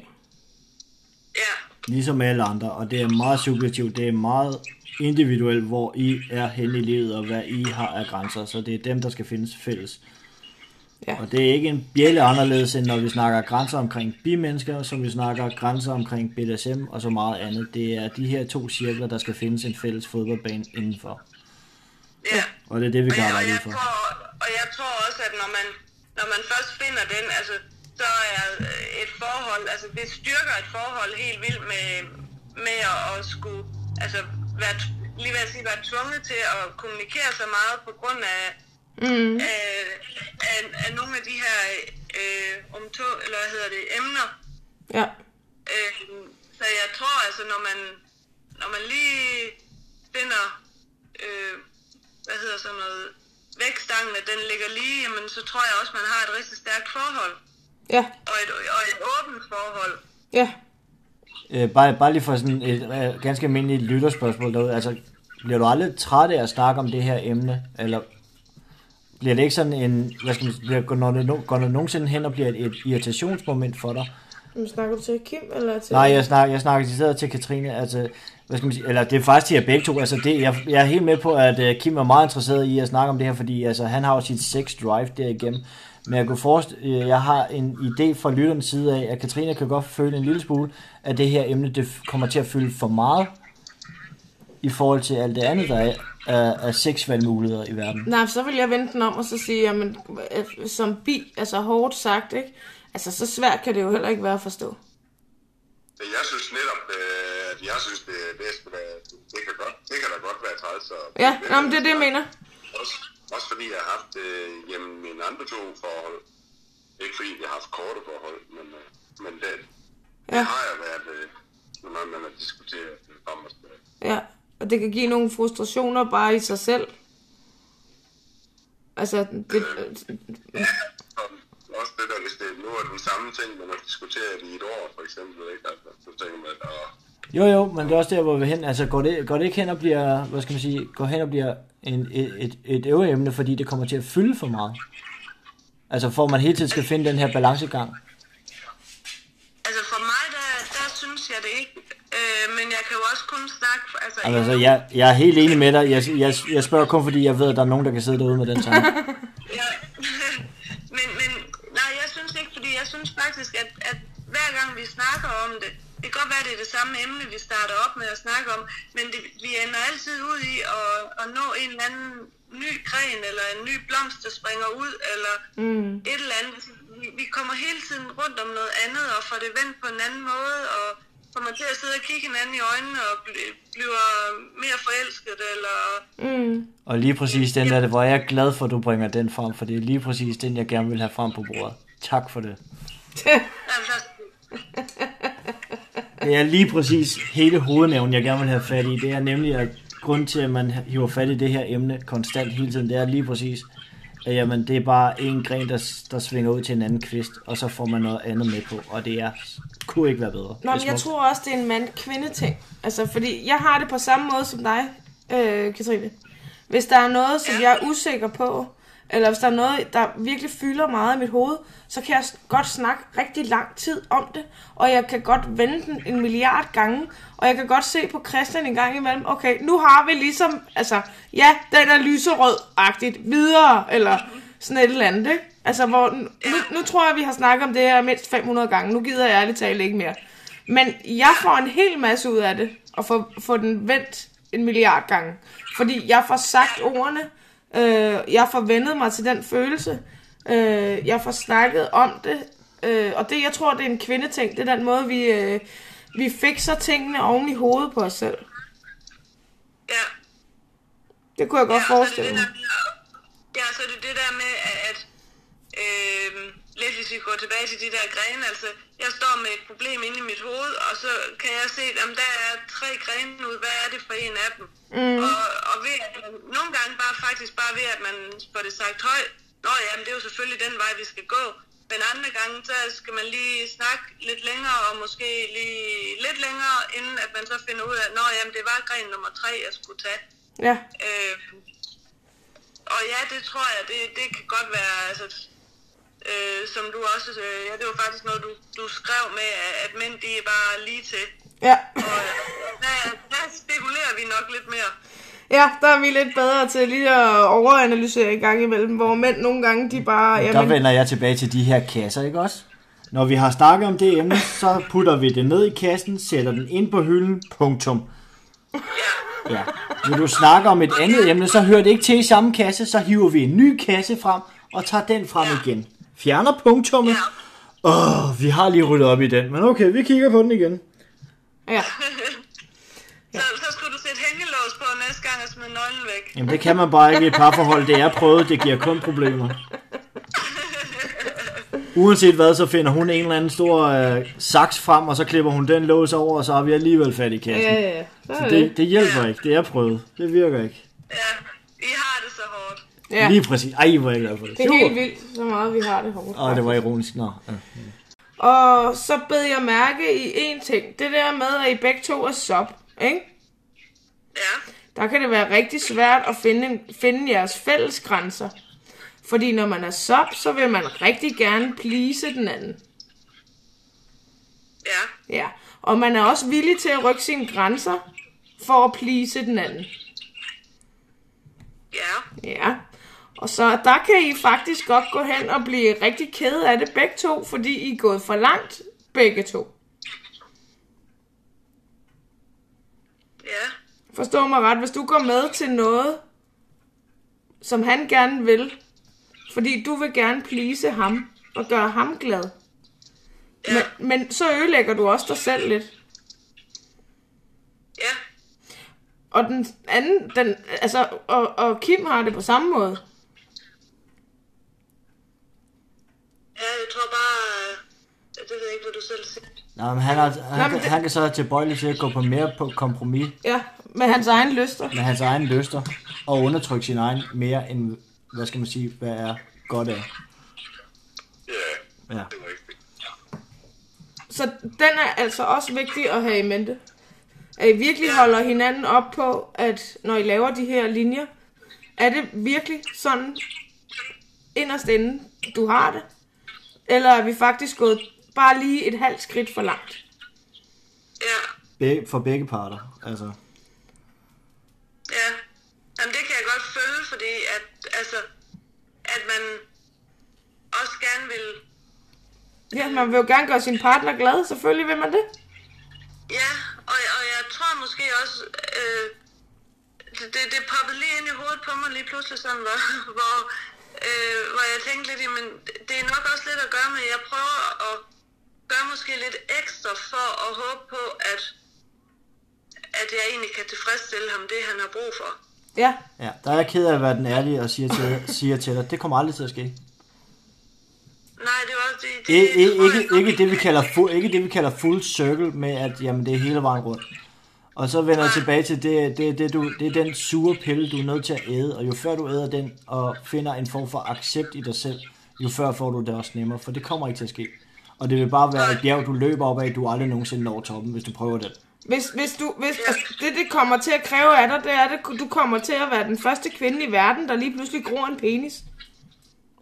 S4: Ja.
S1: Ligesom alle andre, og det er meget subjektivt, det er meget individuelt, hvor I er henne i livet, og hvad I har af grænser, så det er dem, der skal findes fælles.
S2: Ja.
S1: Og det er ikke en bjælle anderledes, end når vi snakker grænser omkring bimennesker, som vi snakker grænser omkring B D S M og så meget andet. Det er de her to cirkler, der skal findes en fælles fodboldbane indenfor.
S4: Ja.
S1: Og det er det, vi kan
S4: Og jeg, og
S1: arbejde
S4: jeg
S1: ud for.
S4: tror, og jeg tror også, at når man, når man først finder den, altså, så er et forhold, altså det styrker et forhold helt vildt med, med at, at skulle, altså være, lige ved at sige, være tvunget til at kommunikere så meget på grund af, mm. af, af, af nogle af de her øh, om to, eller hvad hedder det, emner.
S2: Ja.
S4: Øh, så jeg tror altså, når man, når man lige finder, øh, hvad hedder sådan noget, vækstangen, at den ligger lige, jamen så tror jeg også, man har et rigtig stærkt forhold.
S2: Ja.
S4: Og et, og et åbent forhold.
S2: Ja.
S1: Øh, bare, bare lige for sådan et øh, ganske almindeligt lytterspørgsmål derude. Altså, bliver du aldrig træt af at snakke om det her emne? Eller bliver det ikke sådan en, hvad skal man sige, bliver, går, det, går det nogensinde hen og bliver et, et irritationsmoment for dig?
S2: Men snakker du til Kim, eller til...
S1: Nej, jeg snakker, jeg snakker til, til Katrine, altså, hvad skal man sige, eller det er faktisk til jer begge to, altså det, jeg, jeg er helt med på, at uh, Kim er meget interesseret i at snakke om det her, fordi altså, han har jo sit sex drive derigennem, men jeg kunne forestille, jeg har en idé fra lytternes side af, at Katrine kan godt føle en lille smule, at det her emne, det kommer til at fylde for meget, i forhold til alt det andet, der er af, af sexvalgmuligheder i verden.
S2: Nej, så vil jeg vente den om og så sige, jamen, som bi, altså hårdt sagt, ikke? Altså, så svært kan det jo heller ikke være at forstå.
S3: Jeg synes netop, at jeg synes, det, det, det, det, kan, godt, det kan da godt være træls.
S2: Ja, det, jamen, det er det, jeg mener.
S3: Også, også fordi jeg har haft øh, hjemme mine andre to forhold. Ikke fordi jeg har haft korte forhold, men, øh, men det, ja. det har jeg været, øh, når man har diskuteret om og sådan.
S2: Ja, og det kan give nogle frustrationer bare i sig selv. Altså, det...
S3: Ja, også det der, hvis det nu er den samme ting, man har diskuteret i et år, for eksempel, ikke? Altså, så tænker man, at...
S1: Jo, jo, men det er også der, hvor vi hen, altså går det, går det ikke hen og bliver, hvad skal man sige, går hen og bliver en, et, et, et øvrigt emne, fordi det kommer til at fylde for meget? Altså, for man hele tiden skal finde den her balancegang?
S4: Altså, for mig, der, der synes jeg det ikke, øh, men jeg kan jo også kun snakke... Altså,
S1: altså jeg, jeg er helt enig med dig, jeg, jeg, jeg spørger kun fordi, jeg ved, at der er nogen, der kan sidde derude med den tanke.
S4: Ja, men, men nej, jeg synes ikke, fordi jeg synes faktisk, at, at hver gang vi snakker om det, det kan godt være, det er det samme emne, vi starter op med at snakke om, men det, vi ender altid ud i at, at nå en eller anden ny gren, eller en ny blomst, der springer ud, eller mm. et eller andet. Vi, vi kommer hele tiden rundt om noget andet, og får det vendt på en anden måde, og kommer til at sidde og kigge hinanden i øjnene, og bliver mere forelsket, eller... Mm.
S1: Og lige præcis den der, hvor jeg er glad for, at du bringer den frem, for det er lige præcis den, jeg gerne vil have frem på bordet. Tak for det. Det er lige præcis hele hovednævnen, jeg gerne vil have fat i. Det er nemlig, at grund til, at man hiver fat i det her emne konstant hele tiden, det er lige præcis, at jamen, det er bare en gren, der, der svinger ud til en anden kvist, og så får man noget andet med på, og det er, kunne ikke være bedre.
S2: Nå, men jeg tror også, det er en mand-kvinde-ting. Altså, fordi jeg har det på samme måde som dig, øh, Katrine. Hvis der er noget, som jeg er usikker på, eller hvis der er noget, der virkelig fylder meget i mit hoved, så kan jeg godt snakke rigtig lang tid om det, og jeg kan godt vende den en milliard gange, og jeg kan godt se på Christian en gang imellem, okay, nu har vi ligesom, altså, ja, den er lyserød-agtigt, videre, eller sådan et eller andet, ikke? Altså, hvor, nu, nu tror jeg, vi har snakket om det her mindst fem hundrede gange, nu gider jeg ærligt talt ikke mere. Men jeg får en hel masse ud af det, og får, får den vendt en milliard gange, fordi jeg får sagt ordene, øh, jeg får vendet mig til den følelse, øh, jeg får snakket om det, øh, og det, jeg tror, det er en kvindeting, det er den måde, vi, øh, vi fikser tingene oven i hovedet på os selv.
S4: Ja.
S2: Det kunne jeg godt
S4: ja,
S2: forestille mig.
S4: Ja, så er det det der med, at øh, lidt hvis vi går tilbage til de der grene, altså jeg står med et problem inde i mit hoved, og så kan jeg se, at der er tre grene ud, hvad er det for en af dem? Mm. Og, og ved at man, nogle gange bare faktisk bare ved, at man får det sagt højt, nå jamen det er jo selvfølgelig den vej, vi skal gå, men andre gange, så skal man lige snakke lidt længere, og måske lige lidt længere, inden at man så finder ud af, nå jamen det var gren nummer tre, jeg skulle tage.
S2: Ja.
S4: Øh, og ja, det tror jeg, det, det kan godt være, altså, øh, som du også, øh, ja, det var faktisk noget, du, du skrev med, at mænd, de er bare lige til.
S2: Ja.
S4: Og der, der spekulerer vi nok lidt mere.
S2: Ja, der er vi lidt bedre til lige at overanalysere i gang imellem, hvor mænd nogle gange, de bare...
S5: Jamen,
S2: jamen...
S5: der vender jeg tilbage til de her kasser, ikke også? Når vi har snakket om det emne, så putter vi det ned i kassen, sætter den ind på hylden, punktum.
S4: Ja.
S5: Ja. Vil du snakke om et andet emne, så hører det ikke til i samme kasse, så hiver vi en ny kasse frem, og tager den frem
S4: ja.
S5: igen. Fjerner punktummet. Åh, ja. oh, vi har lige ryddet op i den, men okay, vi kigger på den igen.
S2: Ja.
S4: Så, så skulle du sætte hængelås på næste gang og smide nøglen væk.
S5: Jamen det kan man bare ikke i et parforhold. Det er prøvet, det giver kun problemer. Uanset hvad, så finder hun en eller anden stor øh, saks frem, og så klipper hun den lås over, og så har vi alligevel fat i kassen.
S2: Ja, ja, ja. Så,
S5: så det, det hjælper ja. ikke. Det er prøvet. Det virker ikke.
S4: Ja, I har det så hårdt.
S2: Ja.
S5: Lige præcis. Ej, hvor er jeg glad for det.
S2: Det er helt vildt, så meget vi har det hårdt.
S5: Åh, det var ironisk. Nå. Ja.
S2: Og så bed jeg mærke i en ting. Det der med, at I begge to er sub, ikke?
S4: Ja.
S2: Der kan det være rigtig svært at finde, finde jeres fælles grænser. Fordi når man er sub, så vil man rigtig gerne please den anden.
S4: Ja.
S2: Ja. Og man er også villig til at rykke sine grænser for at please den anden.
S4: Ja.
S2: Ja. Og så der kan I faktisk godt gå hen og blive rigtig kede af det begge to, fordi I er gået for langt begge to.
S4: Ja.
S2: Forstå mig ret, hvis du går med til noget, som han gerne vil, fordi du vil gerne please ham og gøre ham glad.
S4: Ja.
S2: Men, men så ødelægger du også dig selv lidt.
S4: Ja.
S2: Og den anden, den, altså, og, og Kim har det på samme måde.
S4: Ja, jeg tror bare, det ved jeg ikke, hvad du selv siger.
S5: Nå, men han, har, han,
S2: Nå, men
S5: kan,
S2: det...
S5: han kan så have tilbøjelig til at gå på mere på kompromis.
S2: Ja, med hans egen lyster.
S5: Med hans egen lyster. Og undertrykke sin egen mere end, hvad skal man sige, hvad er godt af.
S3: Ja,
S5: Ja.
S3: det er rigtigt.
S2: Så den er altså også vigtig at have i mente. At I virkelig holder hinanden op på, at når I laver de her linjer, er det virkelig sådan inderst inde, du har det? Eller er vi faktisk gået bare lige et halvt skridt for langt?
S4: Ja.
S5: Be- for begge parter, altså.
S4: Ja. Jamen, det kan jeg godt føle, fordi at, altså, at man også gerne vil...
S2: Ja, man vil jo gerne gøre sin partner glad, selvfølgelig vil man det.
S4: Ja, og, og jeg tror måske også, øh, det, det, det poppede lige ind i hovedet på mig lige pludselig sådan, hvor, hvor, øh, hvor jeg tænkte lidt, jamen, det er nok også lidt at gøre med, jeg prøver at gøre måske lidt ekstra for at håbe på, at, at jeg egentlig kan tilfredsstille ham det, han har brug for.
S2: Ja.
S5: Ja, der er jeg ked af at være den ærlige og siger til, siger til dig, det kommer aldrig til at ske.
S4: Nej, det var også det. det,
S5: I,
S4: det
S5: I, ikke,
S4: jeg,
S5: ikke, det, vi kalder fu, ikke det, vi kalder full circle med, at jamen, det er hele vejen rundt. Og så vender jeg tilbage til, det, det, det, du, det er den sure pille, du er nødt til at æde. Og jo før du æder den og finder en form for accept i dig selv, jo før får du det også nemmere. For det kommer ikke til at ske. Og det vil bare være et bjerg, du løber op af, du aldrig nogensinde når toppen, hvis du prøver det.
S2: Hvis, hvis du, hvis, altså, det, det kommer til at kræve af dig, det er, at du kommer til at være den første kvinde i verden, der lige pludselig gror en penis.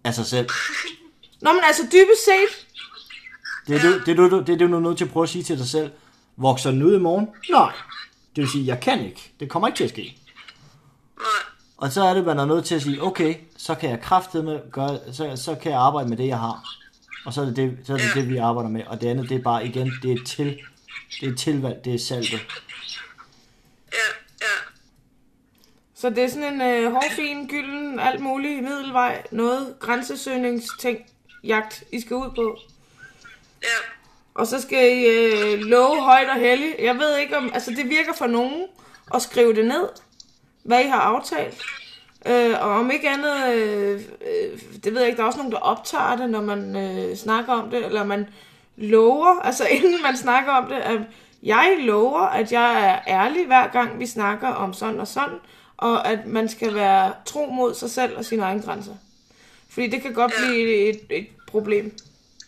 S5: af sig selv.
S2: Nå, men altså dybest set...
S5: Det er, ja. du, det, er du, det er det, du er nødt til at prøve at sige til dig selv. Vokser den ud i morgen? Nej. Det vil sige, jeg kan ikke. Det kommer ikke til at ske.
S4: Nej.
S5: Og så er det, man er nødt til at sige, okay, så kan jeg kraftedeme gøre, så, så kan jeg arbejde med det, jeg har. Og så er det det, så er det, ja. det vi arbejder med. Og det andet, det er bare igen, det er til, det er tilvalg, det er saltet.
S4: Ja, ja.
S2: Så det er sådan en øh, hårfin, gylden, alt muligt, middelvej, noget grænsesøgningsting, jagt, I skal ud på.
S4: Ja.
S2: Og så skal I øh, love højt og helligt. Jeg ved ikke om, altså det virker for nogen at skrive det ned, hvad I har aftalt. Øh, og om ikke andet, øh, øh, det ved jeg ikke, der er også nogen, der optager det, når man øh, snakker om det, eller man lover, altså inden man snakker om det, at jeg lover, at jeg er ærlig hver gang vi snakker om sådan og sådan, og at man skal være tro mod sig selv og sine egne grænser. Fordi det kan godt
S4: ja.
S2: blive et, et problem.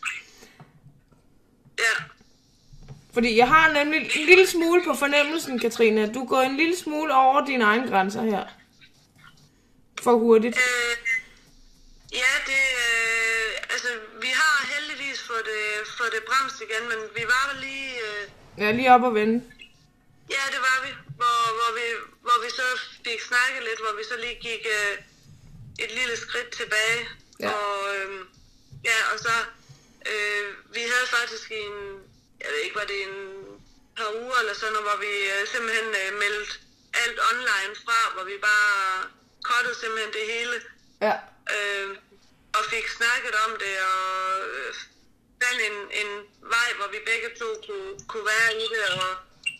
S4: Ja.
S2: Fordi jeg har nemlig en lille smule på fornemmelsen, Katrine. Du går en lille smule over dine egne grænser her. For hurtigt.
S4: Øh, ja, det... Øh, altså, vi har heldigvis fået det, fået det bremst igen, men vi var vel lige... Øh,
S2: ja, lige op og vende.
S4: Ja, det var vi. Hvor, hvor vi. hvor vi så fik snakket lidt, hvor vi så lige gik øh, et lille skridt tilbage.
S2: Ja.
S4: Og, øh, ja, og så... Øh, vi havde faktisk en... Jeg ved ikke, var det en par uger eller sådan noget, hvor vi øh, simpelthen øh, meldte alt online fra, hvor vi bare cuttede simpelthen det hele.
S2: Ja.
S4: Øh, og fik snakket om det, og øh, fandt en, en vej, hvor vi begge to kunne, kunne være i det, og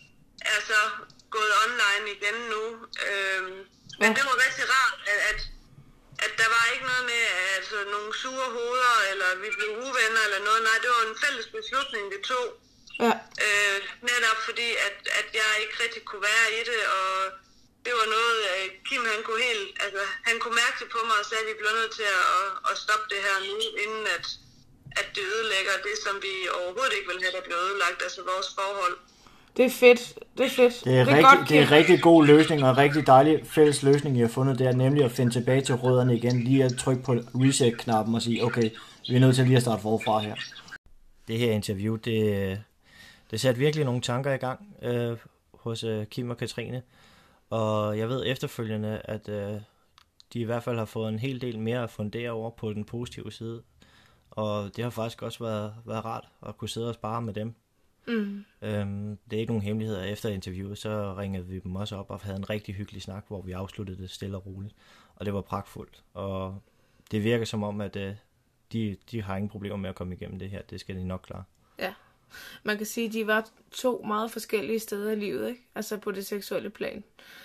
S4: er så gået online igen nu. Øh, men
S2: ja.
S4: det var rigtig rart, at, at, at der var ikke noget med altså, nogle sure hoveder, eller vi blev uvenner eller noget. Nej, det var en fælles beslutning, vi tog.
S2: Ja.
S4: Øh, netop fordi, at, at jeg ikke rigtig kunne være i det, og det var noget, Kim han kunne helt, altså han kunne mærke det på mig og sagde, at vi bliver nødt til at, at, at stoppe det her nu, inden at, at det ødelægger det, som vi overhovedet ikke vil have, der bliver ødelagt, altså vores forhold.
S2: Det er fedt, det er fedt.
S5: Det er,
S2: det er,
S5: rigtig,
S2: godt,
S5: det er en rigtig god løsning, og en rigtig dejlig fælles løsning, I har fundet, det er nemlig at finde tilbage til rødderne igen, lige at trykke på reset-knappen og sige, okay, vi er nødt til lige at starte forfra her.
S1: Det her interview, det, det satte virkelig nogle tanker i gang øh, hos øh, Kim og Katrine. Og jeg ved efterfølgende, at øh, de i hvert fald har fået en hel del mere at fundere over på den positive side. Og det har faktisk også været, været rart at kunne sidde og spare med dem.
S2: Mm.
S1: Øhm, det er ikke nogen hemmeligheder. Efter interviewet, så ringede vi dem også op og havde en rigtig hyggelig snak, hvor vi afsluttede det stille og roligt. Og det var pragtfuldt. Og det virker som om, at øh, de, de har ingen problemer med at komme igennem det her. Det skal de nok klare.
S2: Ja. Man kan sige, at de var to meget forskellige steder i livet, ikke? Altså på det seksuelle plan.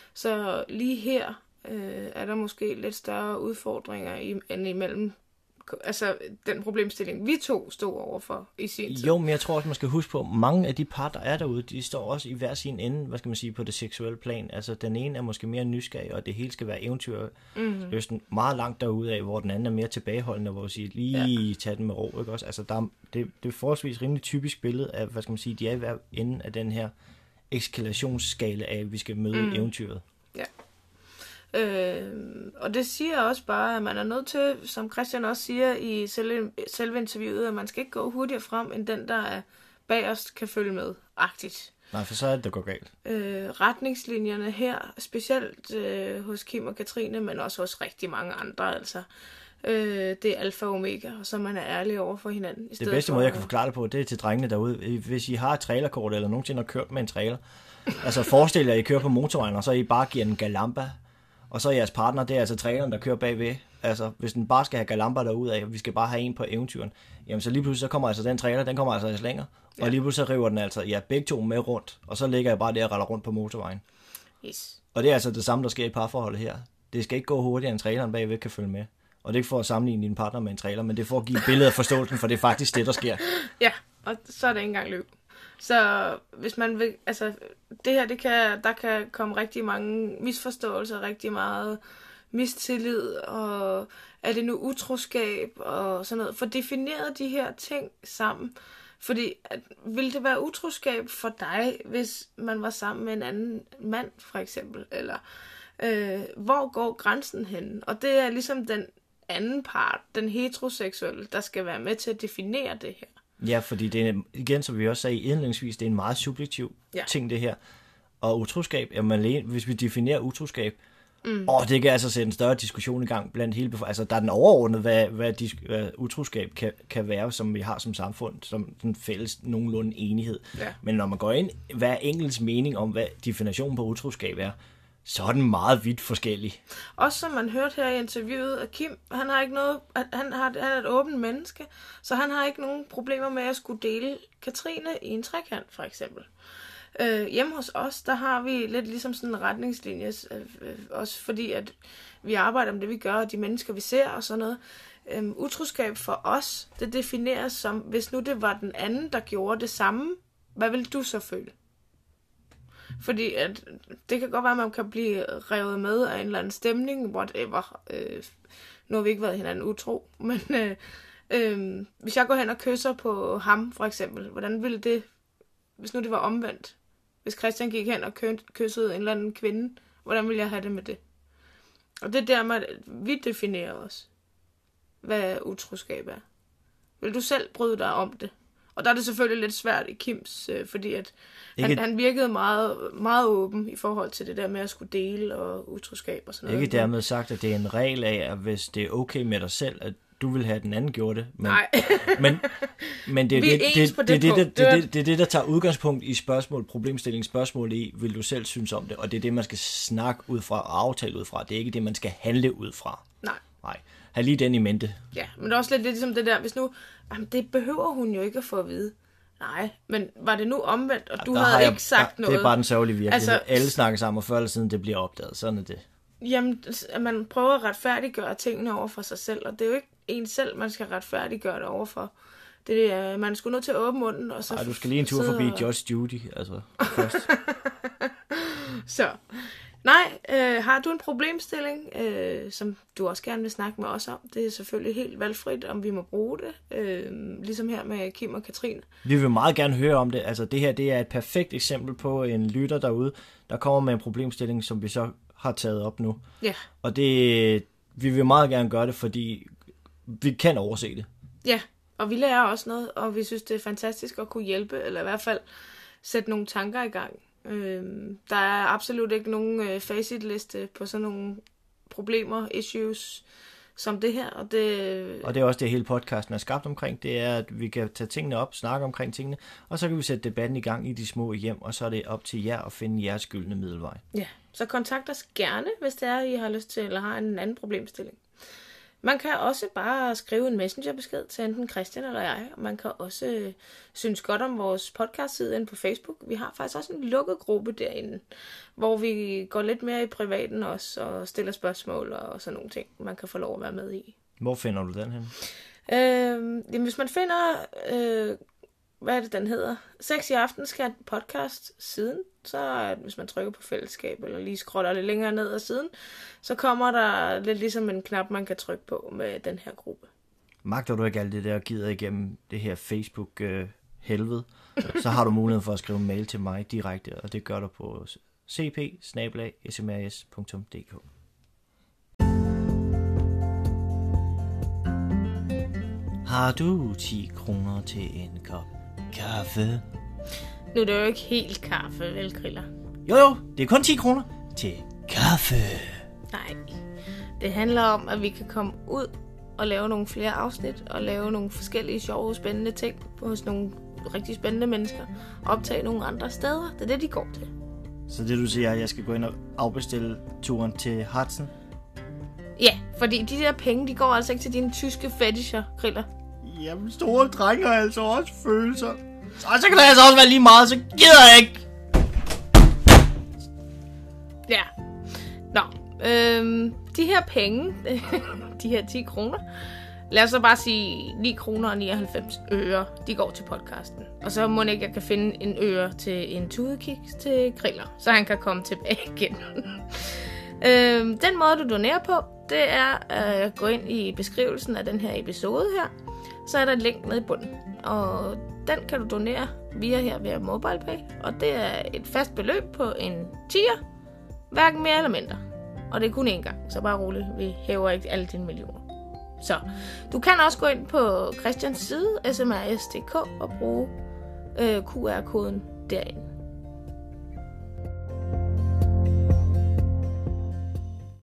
S2: Så lige her øh, er der måske lidt større udfordringer i, end imellem altså den problemstilling, vi to stod overfor i sin tid.
S1: Jo, men jeg tror også, man skal huske på, at mange af de par, der er derude, de står også i hver sin ende, hvad skal man sige, på det seksuelle plan. Altså, den ene er måske mere nysgerrig, og det hele skal være eventyrlysten mm-hmm. meget langt derude af, hvor den anden er mere tilbageholdende, hvor vi siger, lige ja. tage den med ro, ikke også? Altså, der er, det, det er forholdsvis rimelig typisk billede af, hvad skal man sige, de er i hver ende af den her eskalationsskala af, at vi skal møde mm. eventyret.
S2: Ja. Øh, og det siger også bare, at man er nødt til, som Christian også siger i selve, selve interviewet, at man skal ikke gå hurtigere frem, end den, der er bagerst kan følge med, agtigt.
S1: Nej, for så er det, der går galt.
S2: Øh, retningslinjerne her, specielt øh, hos Kim og Katrine, men også hos rigtig mange andre, altså. Øh, det er alfa og omega, og så man er ærlig over for hinanden. I
S1: det bedste måde, jeg kan forklare det på, det er til drengene derude. Hvis I har et trailerkort, eller nogensinde har kørt med en trailer, altså forestil jer, at I kører på motorvejen, og så I bare giver en galamba, og så er jeres partner, det er altså traileren, der kører bagved. Altså, hvis den bare skal have galamba derud af, vi skal bare have en på eventyren, jamen så lige pludselig så kommer altså den trailer, den kommer altså i slænger, ja. Og lige pludselig så river den altså, ja, begge to med rundt, og så ligger jeg bare der og retter rundt på motorvejen.
S2: Yes.
S1: Og det er altså det samme, der sker i parforholdet her. Det skal ikke gå hurtigere, end traileren bagved kan følge med. Og det er ikke for at sammenligne din partner med en trailer, men det er for at give et billede af forståelsen, for det er faktisk det, der sker.
S2: Ja, og så er det ikke engang løb. Så hvis man vil, altså det her, det kan, der kan komme rigtig mange misforståelser, rigtig meget mistillid, og er det nu utroskab og sådan noget. For defineret de her ting sammen. Fordi at, ville det være utroskab for dig, hvis man var sammen med en anden mand, for eksempel? Eller øh, hvor går grænsen hen? Og det er ligesom den anden part, den heteroseksuelle, der skal være med til at definere det her.
S1: Ja, fordi det er, igen, som vi også sagde indledningsvis, det er en meget subjektiv ja. ting, det her. Og utroskab, jamen, hvis vi definerer utroskab, mm. åh, det kan altså sætte en større diskussion i gang blandt hele befolkningen. Altså, der er den overordnede, hvad, hvad, dis- hvad utroskab kan, kan være, som vi har som samfund, som den fælles nogenlunde enighed. Ja. Men når man går ind, hvad er enkelts mening om, hvad definitionen på utroskab er, så er den meget vidt forskellig.
S2: Også som man hørte her i interviewet, at Kim, han har ikke noget, han, har, han er et åbent menneske, så han har ikke nogen problemer med at skulle dele Katrine i en trekant, for eksempel. Øh, hjemme hos os, der har vi lidt ligesom sådan en retningslinje, øh, også fordi at vi arbejder med det, vi gør, og de mennesker, vi ser og sådan noget. Øh, utroskab for os, det defineres som, hvis nu det var den anden, der gjorde det samme, hvad vil du så føle? Fordi at, det kan godt være, at man kan blive revet med af en eller anden stemning, whatever. Øh, nu har vi ikke været hinanden utro, men øh, øh, hvis jeg går hen og kysser på ham, for eksempel, hvordan ville det, hvis nu det var omvendt? Hvis Christian gik hen og kyssede en eller anden kvinde, hvordan ville jeg have det med det? Og det er der, man, vi definerer os, hvad utroskab er. Vil du selv bryde dig om det? Og der er det selvfølgelig lidt svært i Kims, øh, fordi at han, ikke, han virkede meget, meget åben i forhold til det der med at skulle dele og utroskab og sådan noget.
S1: Ikke dermed sagt, at det er en regel af, at hvis det er okay med dig selv, at du vil have, at den anden gjorde det. Men,
S2: Nej.
S1: men, men det er det, det, det, det, det, det, det, det, det, der tager udgangspunkt i spørgsmål, problemstilling, spørgsmål i, vil du selv synes om det, og det er det, man skal snakke ud fra og aftale ud fra. Det er ikke det, man skal handle ud fra.
S2: Nej.
S1: Nej. Ha' lige den i mente.
S2: Ja, men det er også lidt, lidt ligesom det der, hvis nu, jamen, det behøver hun jo ikke at få at vide. Nej, men var det nu omvendt, og ja, du havde jeg, ikke sagt
S1: ja,
S2: noget?
S1: Det er bare den sørgelige virkelighed. Altså, alle snakker sammen, og før eller siden det bliver opdaget. Sådan er det.
S2: Jamen, man prøver at retfærdiggøre tingene over for sig selv, og det er jo ikke en selv, man skal retfærdiggøre det over for. Det er, man skulle nødt til at åbne munden, og så...
S1: Ej, du skal lige en tur forbi og... Judge Judy, altså, først.
S2: Så... Nej, øh, har du en problemstilling, øh, som du også gerne vil snakke med os om? Det er selvfølgelig helt valgfrit, om vi må bruge det, øh, ligesom her med Kim og Katrine. Vi
S1: vil meget gerne høre om det. Altså det her, det er et perfekt eksempel på en lytter derude, der kommer med en problemstilling, som vi så har taget op nu.
S2: Ja.
S1: Og det, vi vil meget gerne gøre det, fordi vi kan overse det.
S2: Ja, og vi lærer også noget, og vi synes, det er fantastisk at kunne hjælpe, eller i hvert fald sætte nogle tanker i gang. Øhm, der er absolut ikke nogen øh, facitliste på sådan nogle problemer, issues som det her. Og det,
S1: og det er også det, hele podcasten er skabt omkring. Det er, at vi kan tage tingene op, snakke omkring tingene, og så kan vi sætte debatten i gang i de små hjem, og så er det op til jer at finde jeres gyldne middelvej.
S2: Ja, så kontakt os gerne, hvis det er, I har lyst til, eller har en anden problemstilling. Man kan også bare skrive en messengerbesked til enten Christian eller jeg, og man kan også øh, synes godt om vores podcast-side inde på Facebook. Vi har faktisk også en lukket gruppe derinde, hvor vi går lidt mere i privaten også, og stiller spørgsmål og sådan nogle ting, man kan få lov at være med i.
S1: Hvor finder du den hen?
S2: Øh, jamen, hvis man finder, øh, hvad er det, den hedder? Sex i aften skal podcast siden. Så hvis man trykker på fællesskab, eller lige scroller lidt længere ned ad siden, så kommer der lidt ligesom en knap, man kan trykke på med den her gruppe.
S1: Magter du ikke alt det der, gider igennem det her Facebook-helvede, øh, så har du mulighed for at skrive en mail til mig direkte, og det gør du på c p bindestreg s m r s punktum d k. Har du ti kroner til en kop kaffe?
S2: Nu er det jo ikke helt kaffe, vel, Kriller?
S1: Jo, jo, det er kun ti kroner til kaffe.
S2: Nej, det handler om, at vi kan komme ud og lave nogle flere afsnit, og lave nogle forskellige sjove, spændende ting hos nogle rigtig spændende mennesker, og optage nogle andre steder. Det er det, de går til.
S1: Så det, du siger, at jeg skal gå ind og afbestille turen til Hudson?
S2: Ja, fordi de der penge, de går altså ikke til dine tyske fetisher, Kriller.
S1: Jamen, store drenge har altså også følelser. Så, så kan det altså også være lige meget, så gider jeg ikke.
S2: Ja. Nå, øhm, de her penge, de her ti kroner, lad os så bare sige ni kroner og nioghalvfems øre, de går til podcasten. Og så må ikke jeg kan finde en øre til en tudekiks til Kriller, så han kan komme tilbage igen. øhm, den måde, du donerer på, det er at gå ind i beskrivelsen af den her episode her. Så er der et link nede i bunden, og den kan du donere via her via MobilePay, og det er et fast beløb på en tier, hverken mere eller mindre. Og det er kun én gang, så bare roligt, vi hæver ikke alle dine millioner. Så du kan også gå ind på Christians side, smrs punktum d k, og bruge øh, Q R-koden derinde.